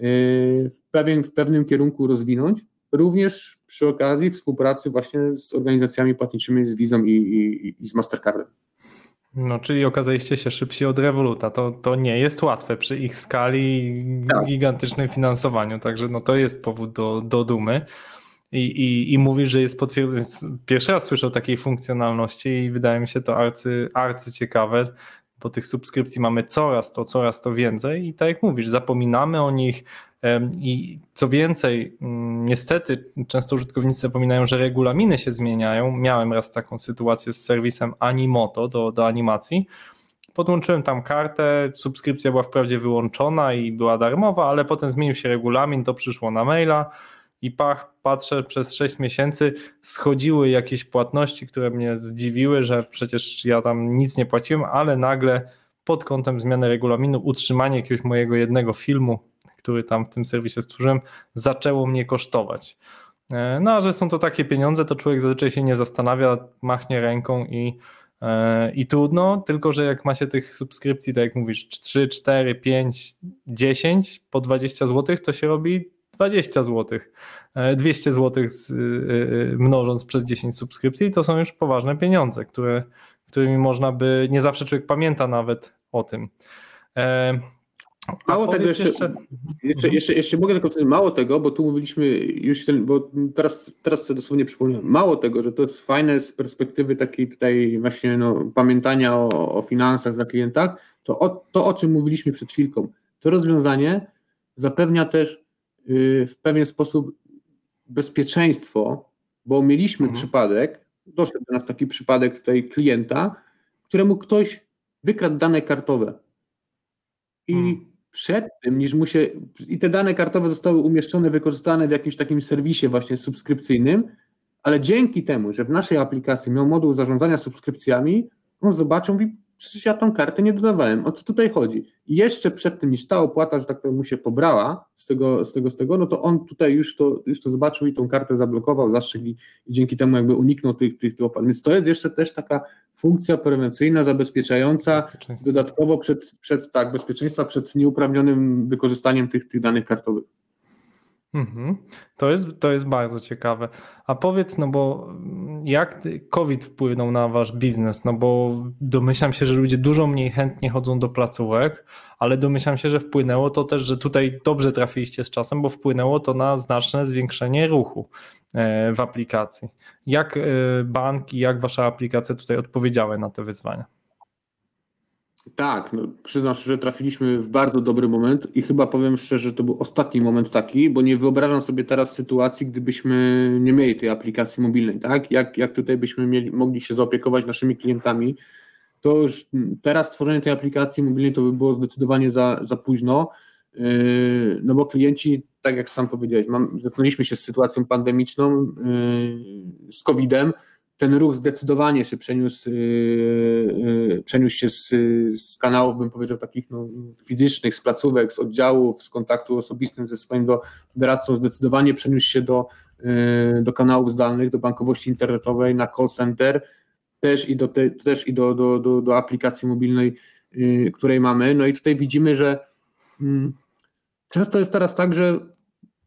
w, pewien, w pewnym kierunku rozwinąć, również przy okazji współpracy właśnie z organizacjami płatniczymi, z Vizą i, i, i z Mastercardem. No, czyli okazaliście się szybsi od Revoluta. To, to nie jest łatwe przy ich skali i tak. gigantycznym finansowaniu, także no to jest powód do, do dumy. I, i, i mówisz, że jest potwierdzone. Pierwszy raz słyszę o takiej funkcjonalności i wydaje mi się to arcy, arcy ciekawe, bo tych subskrypcji mamy coraz to, coraz to więcej i tak jak mówisz, zapominamy o nich i co więcej, niestety często użytkownicy zapominają, że regulaminy się zmieniają. Miałem raz taką sytuację z serwisem Animoto do, do animacji. Podłączyłem tam kartę, subskrypcja była wprawdzie wyłączona i była darmowa, ale potem zmienił się regulamin, to przyszło na maila i pach, patrzę, przez sześć miesięcy schodziły jakieś płatności, które mnie zdziwiły, że przecież ja tam nic nie płaciłem, ale nagle pod kątem zmiany regulaminu utrzymanie jakiegoś mojego jednego filmu, który tam w tym serwisie stworzyłem, zaczęło mnie kosztować. No a że są to takie pieniądze, to człowiek zazwyczaj się nie zastanawia, machnie ręką i, i trudno, tylko że jak ma się tych subskrypcji, tak jak mówisz, trzy, cztery, pięć, dziesięć po dwadzieścia złotych, to się robi dwadzieścia złotych, dwieście złotych z, mnożąc przez dziesięć subskrypcji, to są już poważne pieniądze, które, którymi można by, nie zawsze człowiek pamięta nawet o tym. Mało tego, jeszcze, jeszcze... Jeszcze, jeszcze, jeszcze mogę tylko mało tego, bo tu mówiliśmy już, ten, bo teraz, teraz sobie dosłownie przypomniałem, mało tego, że to jest fajne z perspektywy takiej tutaj właśnie no, pamiętania o, o finansach za klientach, to o, to o czym mówiliśmy przed chwilką, to rozwiązanie zapewnia też yy, w pewien sposób bezpieczeństwo, bo mieliśmy mhm. przypadek, doszedł do nas taki przypadek tutaj klienta, któremu ktoś wykradł dane kartowe i hmm. przed tym, niż mu się, i te dane kartowe zostały umieszczone, wykorzystane w jakimś takim serwisie właśnie subskrypcyjnym, ale dzięki temu, że w naszej aplikacji miał moduł zarządzania subskrypcjami, on zobaczył, mówi, przecież ja tą kartę nie dodawałem, o co tutaj chodzi? I jeszcze przed tym, niż ta opłata, że tak powiem, mu się pobrała z tego, z tego, z tego, no to on tutaj już to, już to zobaczył i tą kartę zablokował, zastrzegł i, i dzięki temu jakby uniknął tych, tych, tych opłat. Więc to jest jeszcze też taka funkcja prewencyjna, zabezpieczająca dodatkowo przed, przed tak, bezpieczeństwa przed nieuprawnionym wykorzystaniem tych, tych danych kartowych. Mhm. To jest, to jest bardzo ciekawe. A powiedz, no bo jak COVID wpłynął na wasz biznes? No bo domyślam się, że ludzie dużo mniej chętnie chodzą do placówek, ale domyślam się, że wpłynęło to też, że tutaj dobrze trafiliście z czasem, bo wpłynęło to na znaczne zwiększenie ruchu w aplikacji. Jak bank i jak wasza aplikacja tutaj odpowiedziały na te wyzwania? Tak, no, przyznam szczerze, że trafiliśmy w bardzo dobry moment i chyba powiem szczerze, że to był ostatni moment taki, bo nie wyobrażam sobie teraz sytuacji, gdybyśmy nie mieli tej aplikacji mobilnej, tak? Jak, jak tutaj byśmy mieli, mogli się zaopiekować naszymi klientami, to już teraz tworzenie tej aplikacji mobilnej to by było zdecydowanie za, za późno, yy, no bo klienci, tak jak sam powiedziałeś, mam, zetknęliśmy się z sytuacją pandemiczną, yy, z kowidem, ten ruch zdecydowanie się przeniósł, yy, przeniósł się z, z kanałów, bym powiedział, takich no, fizycznych, z placówek, z oddziałów, z kontaktu osobistym ze swoim do, doradcą, zdecydowanie przeniósł się do, yy, do kanałów zdalnych, do bankowości internetowej, na call center, też i do, te, też i do, do, do, do aplikacji mobilnej, yy, której mamy. No i tutaj widzimy, że yy, często jest teraz tak, że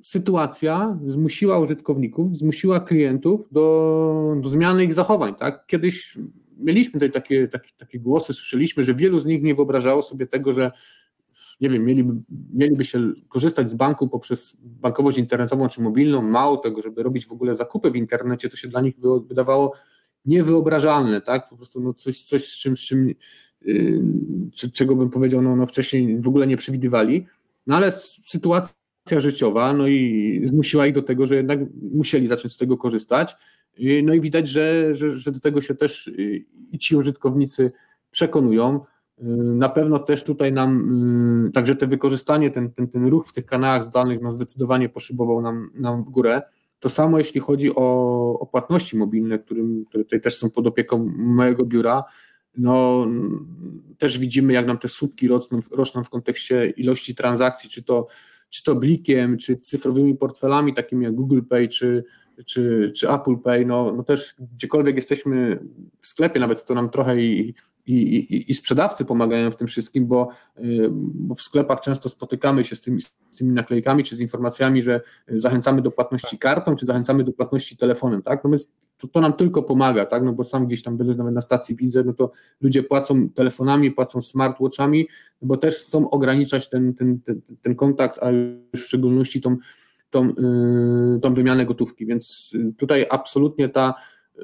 sytuacja zmusiła użytkowników, zmusiła klientów do, do zmiany ich zachowań. Tak? Kiedyś mieliśmy tutaj takie, takie, takie głosy, słyszeliśmy, że wielu z nich nie wyobrażało sobie tego, że nie wiem, mieliby, mieliby się korzystać z banku poprzez bankowość internetową czy mobilną, mało tego, żeby robić w ogóle zakupy w internecie, to się dla nich wydawało niewyobrażalne, tak? Po prostu no coś, coś z czym, z czym yy, czego bym powiedział, no, no wcześniej w ogóle nie przewidywali, no ale sytuacja życiowa, no i zmusiła ich do tego, że jednak musieli zacząć z tego korzystać, yy, no i widać, że, że, że do tego się też yy, i ci użytkownicy przekonują. Na pewno też tutaj nam, także te wykorzystanie, ten, ten, ten ruch w tych kanałach zdalnych no zdecydowanie poszybował nam, nam w górę. To samo jeśli chodzi o, o płatności mobilne, którym, które tutaj też są pod opieką mojego biura, no też widzimy, jak nam te słupki rosną, rosną w kontekście ilości transakcji, czy to, czy to blikiem, czy cyfrowymi portfelami takimi jak Google Pay, czy, czy, czy Apple Pay, no, no też gdziekolwiek jesteśmy w sklepie, nawet to nam trochę i I, i, i sprzedawcy pomagają w tym wszystkim, bo, bo w sklepach często spotykamy się z tymi, z tymi naklejkami czy z informacjami, że zachęcamy do płatności kartą, czy zachęcamy do płatności telefonem, tak? No więc to, to nam tylko pomaga, tak? No bo sam gdzieś tam będę nawet na stacji widzę, no to ludzie płacą telefonami, płacą smartwatchami, no bo też chcą ograniczać ten, ten, ten, ten kontakt, a już w szczególności tą, tą, yy, tą wymianę gotówki, więc tutaj absolutnie ta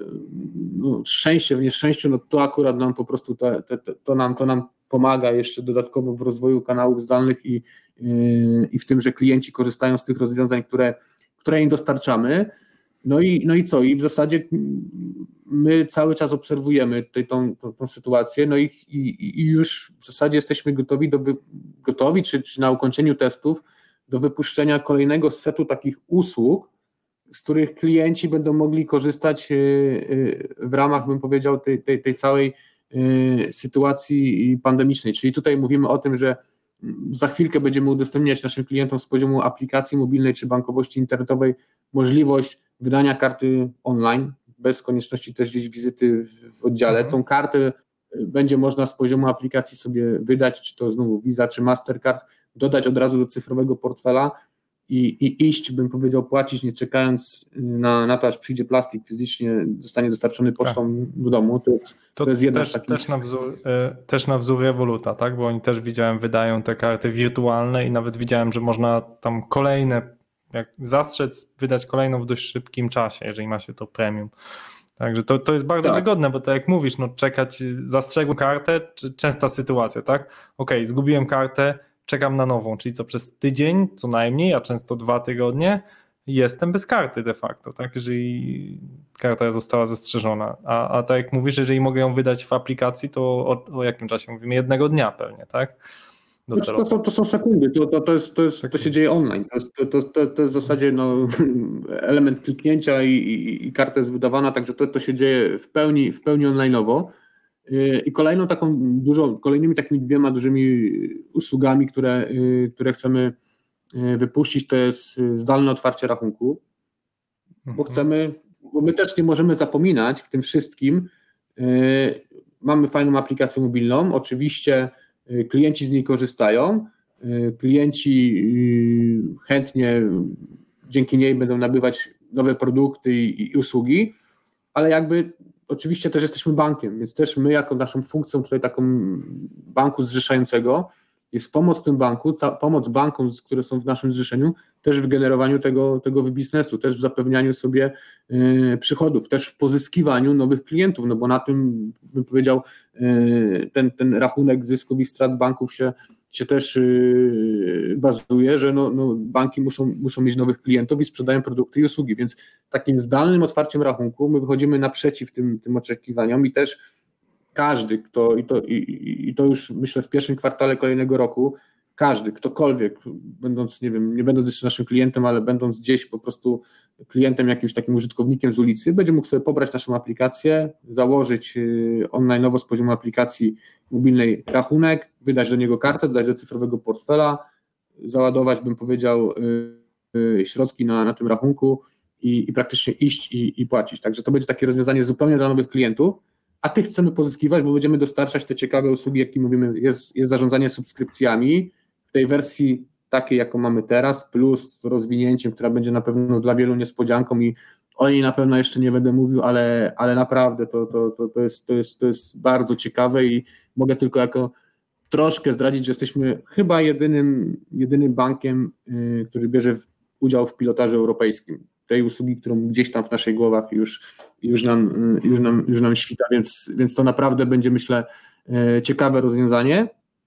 no, szczęście w nieszczęściu, no to akurat nam po prostu to, to, to, nam, to nam pomaga jeszcze dodatkowo w rozwoju kanałów zdalnych i, yy, i w tym, że klienci korzystają z tych rozwiązań, które, które im dostarczamy. No i, no i co? I w zasadzie my cały czas obserwujemy tutaj tą, tą, tą sytuację, no i, i, i już w zasadzie jesteśmy gotowi, do, gotowi czy, czy na ukończeniu testów do wypuszczenia kolejnego setu takich usług, z których klienci będą mogli korzystać w ramach, bym powiedział, tej, tej, tej całej sytuacji pandemicznej. Czyli tutaj mówimy o tym, że za chwilkę będziemy udostępniać naszym klientom z poziomu aplikacji mobilnej czy bankowości internetowej możliwość wydania karty online, bez konieczności też gdzieś wizyty w oddziale. Mhm. Tą kartę będzie można z poziomu aplikacji sobie wydać, czy to znowu Visa, czy Mastercard, dodać od razu do cyfrowego portfela, I, i iść, bym powiedział, płacić, nie czekając na, na to, aż przyjdzie plastik fizycznie, zostanie dostarczony pocztą tak. do domu. To jest, to to jest jedna też, z takich... Też na, wzór, też na wzór Revoluta, tak? Bo oni też widziałem, wydają te karty wirtualne i nawet widziałem, że można tam kolejne, jak zastrzec, wydać kolejną w dość szybkim czasie, jeżeli ma się to premium. Także to, to jest bardzo tak. wygodne, bo tak jak mówisz, no czekać, zastrzegłem kartę, częsta sytuacja, tak? Okej, okay, zgubiłem kartę, czekam na nową, czyli co przez tydzień co najmniej, a często dwa tygodnie jestem bez karty de facto, tak, jeżeli karta została zastrzeżona, a, a tak jak mówisz, jeżeli mogę ją wydać w aplikacji, to o, o jakim czasie mówimy? Jednego dnia pewnie, tak? To, to, to są sekundy, to, to, to, jest, to, jest, to się dzieje online, to, to, to, to jest w zasadzie no, element kliknięcia i, i, i karta jest wydawana, także to, to się dzieje w pełni, w pełni online'owo. I kolejną taką dużą, kolejnymi takimi dwiema dużymi usługami, które, które chcemy wypuścić, to jest zdalne otwarcie rachunku, bo chcemy, bo my też nie możemy zapominać w tym wszystkim. Mamy fajną aplikację mobilną, oczywiście klienci z niej korzystają, klienci chętnie dzięki niej będą nabywać nowe produkty i, i usługi, ale jakby oczywiście też jesteśmy bankiem, więc też my jako naszą funkcją tutaj taką banku zrzeszającego jest pomoc tym banku, ca- pomoc bankom, które są w naszym zrzeszeniu, też w generowaniu tego, tego biznesu, też w zapewnianiu sobie y, przychodów, też w pozyskiwaniu nowych klientów, no bo na tym, bym powiedział, y, ten, ten rachunek zysków i strat banków się, się też y, bazuje, że no, no banki muszą, muszą mieć nowych klientów i sprzedają produkty i usługi, więc takim zdalnym otwarciem rachunku my wychodzimy naprzeciw tym, tym oczekiwaniom i też każdy, kto, i to, i, i to już myślę w pierwszym kwartale kolejnego roku, każdy, ktokolwiek, będąc, nie wiem, nie będąc jeszcze naszym klientem, ale będąc gdzieś po prostu klientem, jakimś takim użytkownikiem z ulicy, będzie mógł sobie pobrać naszą aplikację, założyć online'owo z poziomu aplikacji mobilnej rachunek, wydać do niego kartę, dodać do cyfrowego portfela, załadować, bym powiedział, środki na, na tym rachunku i, i praktycznie iść i, i płacić. Także to będzie takie rozwiązanie zupełnie dla nowych klientów, a tych chcemy pozyskiwać, bo będziemy dostarczać te ciekawe usługi, jak mówimy, jest, jest zarządzanie subskrypcjami. W tej wersji takiej, jaką mamy teraz, plus z rozwinięciem, która będzie na pewno dla wielu niespodzianką i o niej na pewno jeszcze nie będę mówił, ale, ale naprawdę to, to, to, to, jest, to, jest, to jest bardzo ciekawe i mogę tylko jako troszkę zdradzić, że jesteśmy chyba jedynym, jedynym bankiem, yy, który bierze udział w pilotażu europejskim tej usługi, którą gdzieś tam w naszych głowach już, już, nam, yy, już, nam, już nam świta, więc, więc to naprawdę będzie, myślę, yy, ciekawe rozwiązanie.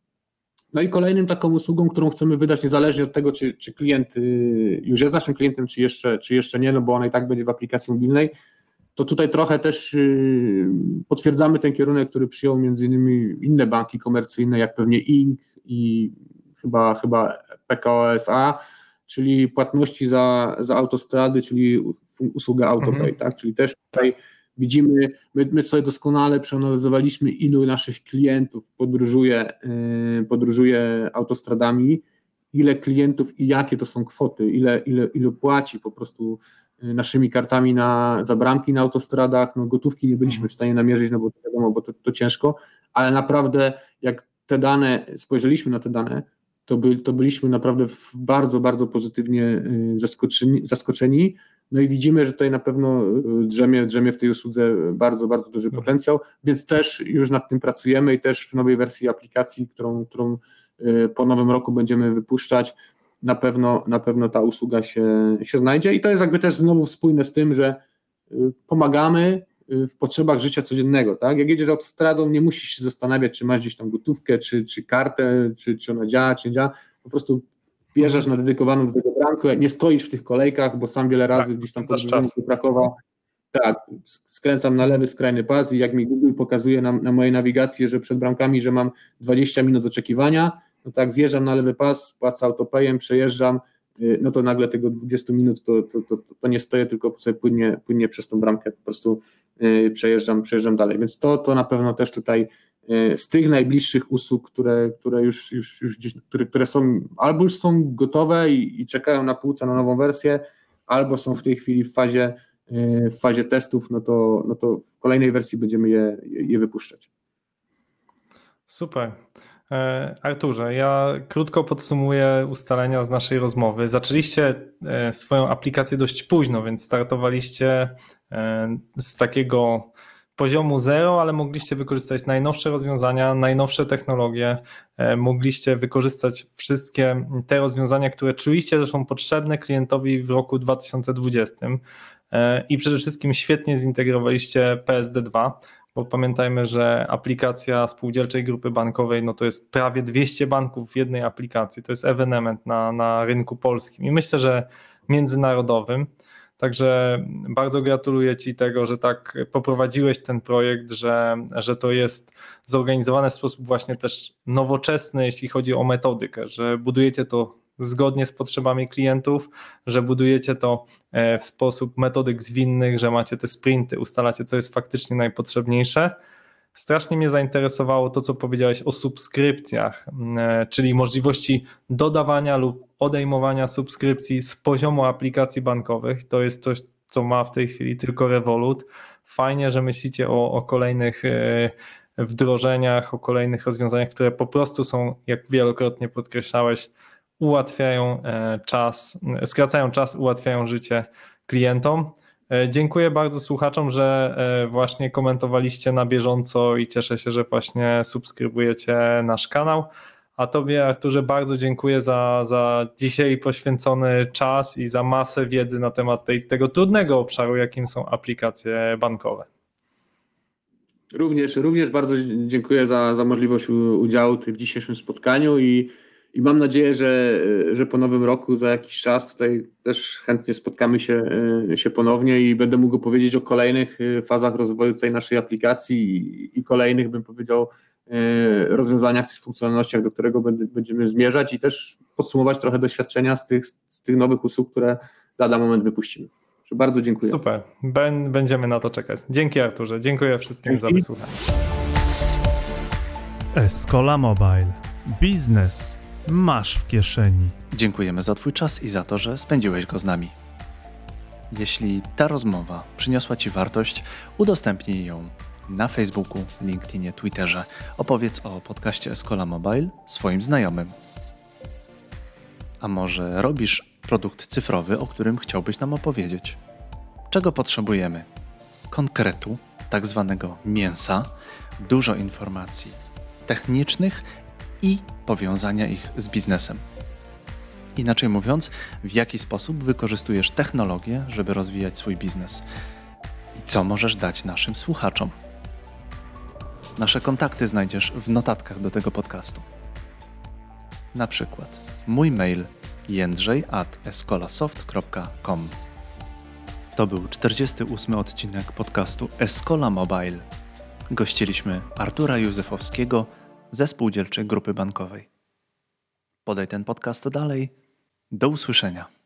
No i kolejnym taką usługą, którą chcemy wydać niezależnie od tego, czy, czy klient już jest naszym klientem, czy jeszcze, czy jeszcze nie, no bo ona i tak będzie w aplikacji mobilnej, to tutaj trochę też potwierdzamy ten kierunek, który przyjął między innymi inne banki komercyjne, jak pewnie I N K i chyba, chyba P K O S A, czyli płatności za, za autostrady, czyli usługa AutoPay, mhm. tak? Czyli też tutaj widzimy, my, my sobie doskonale przeanalizowaliśmy, ilu naszych klientów podróżuje, yy, podróżuje autostradami, ile klientów i jakie to są kwoty, ile, ile, ile płaci po prostu naszymi kartami na, za bramki na autostradach. No, gotówki nie byliśmy w stanie namierzyć, no bo to wiadomo, bo to, to ciężko, ale naprawdę jak te dane, spojrzeliśmy na te dane, to, by, to byliśmy naprawdę bardzo, bardzo pozytywnie zaskoczeni, zaskoczeni. No i widzimy, że tutaj na pewno drzemie, drzemie w tej usłudze bardzo, bardzo duży potencjał, więc też już nad tym pracujemy i też w nowej wersji aplikacji, którą, którą po nowym roku będziemy wypuszczać, na pewno, na pewno ta usługa się, się znajdzie i to jest jakby też znowu spójne z tym, że pomagamy w potrzebach życia codziennego, tak? Jak jedziesz autostradą, nie musisz się zastanawiać, czy masz gdzieś tam gotówkę, czy, czy kartę, czy, czy ona działa, czy nie działa, po prostu wjeżdżasz na dedykowaną do tego bramkę, nie stoisz w tych kolejkach, bo sam wiele razy tak, gdzieś tam podróżując do Krakowa, tak, skręcam na lewy skrajny pas i jak mi Google pokazuje na, na mojej nawigacji, że przed bramkami, że mam dwadzieścia minut oczekiwania, no tak, zjeżdżam na lewy pas, płacę autopayem, przejeżdżam, no to nagle tego dwadzieścia minut to, to, to, to nie stoję, tylko sobie płynnie, płynnie przez tą bramkę po prostu przejeżdżam, przejeżdżam dalej, więc to, to na pewno też tutaj z tych najbliższych usług, które, które już, już, już gdzieś, które, które są albo już są gotowe i, i czekają na półce na nową wersję, albo są w tej chwili w fazie, w fazie testów, no to, no to w kolejnej wersji będziemy je, je wypuszczać. Super. Arturze, ja krótko podsumuję ustalenia z naszej rozmowy. Zaczęliście swoją aplikację dość późno, więc startowaliście z takiego poziomu zero, ale mogliście wykorzystać najnowsze rozwiązania, najnowsze technologie, mogliście wykorzystać wszystkie te rozwiązania, które czuliście, że są potrzebne klientowi w roku dwa tysiące dwudziestym i przede wszystkim świetnie zintegrowaliście P S D dwa, bo pamiętajmy, że aplikacja Spółdzielczej Grupy Bankowej no to jest prawie dwieście banków w jednej aplikacji, to jest ewenement na, na rynku polskim i myślę, że międzynarodowym. Także bardzo gratuluję Ci tego, że tak poprowadziłeś ten projekt, że, że to jest zorganizowane w sposób właśnie też nowoczesny, jeśli chodzi o metodykę, że budujecie to zgodnie z potrzebami klientów, że budujecie to w sposób metodyk zwinnych, że macie te sprinty, ustalacie, co jest faktycznie najpotrzebniejsze. Strasznie mnie zainteresowało to, co powiedziałeś o subskrypcjach, czyli możliwości dodawania lub odejmowania subskrypcji z poziomu aplikacji bankowych. To jest coś, co ma w tej chwili tylko Revolut. Fajnie, że myślicie o, o kolejnych wdrożeniach, o kolejnych rozwiązaniach, które po prostu są, jak wielokrotnie podkreślałeś, ułatwiają czas, skracają czas, ułatwiają życie klientom. Dziękuję bardzo słuchaczom, że właśnie komentowaliście na bieżąco i cieszę się, że właśnie subskrybujecie nasz kanał. A Tobie, Arturze, bardzo dziękuję za, za dzisiaj poświęcony czas i za masę wiedzy na temat tej, tego trudnego obszaru, jakim są aplikacje bankowe. Również, również bardzo dziękuję za, za możliwość udziału w dzisiejszym spotkaniu i I mam nadzieję, że, że po nowym roku za jakiś czas tutaj też chętnie spotkamy się, się ponownie i będę mógł powiedzieć o kolejnych fazach rozwoju tej naszej aplikacji i, i kolejnych, bym powiedział, rozwiązaniach, funkcjonalnościach, do którego będziemy zmierzać i też podsumować trochę doświadczenia z tych, z tych nowych usług, które lada moment wypuścimy. Bardzo dziękuję. Super, będziemy na to czekać. Dzięki, Arturze, dziękuję wszystkim Dzięki. za wysłuchanie. Escola Mobile. Biznes masz w kieszeni. Dziękujemy za Twój czas i za to, że spędziłeś go z nami. Jeśli ta rozmowa przyniosła Ci wartość, udostępnij ją na Facebooku, LinkedInie, Twitterze. Opowiedz o podcaście Escola Mobile swoim znajomym. A może robisz produkt cyfrowy, o którym chciałbyś nam opowiedzieć? Czego potrzebujemy? Konkretu, tak zwanego mięsa, dużo informacji technicznych i powiązania ich z biznesem. Inaczej mówiąc, w jaki sposób wykorzystujesz technologię, żeby rozwijać swój biznes? I co możesz dać naszym słuchaczom? Nasze kontakty znajdziesz w notatkach do tego podcastu. Na przykład mój mail jędrzej at escolasoft kropka com. To był czterdziesty ósmy odcinek podcastu Escola Mobile. Gościliśmy Artura Józefowskiego ze Spółdzielczej Grupy Bankowej. Podaj ten podcast dalej. Do usłyszenia.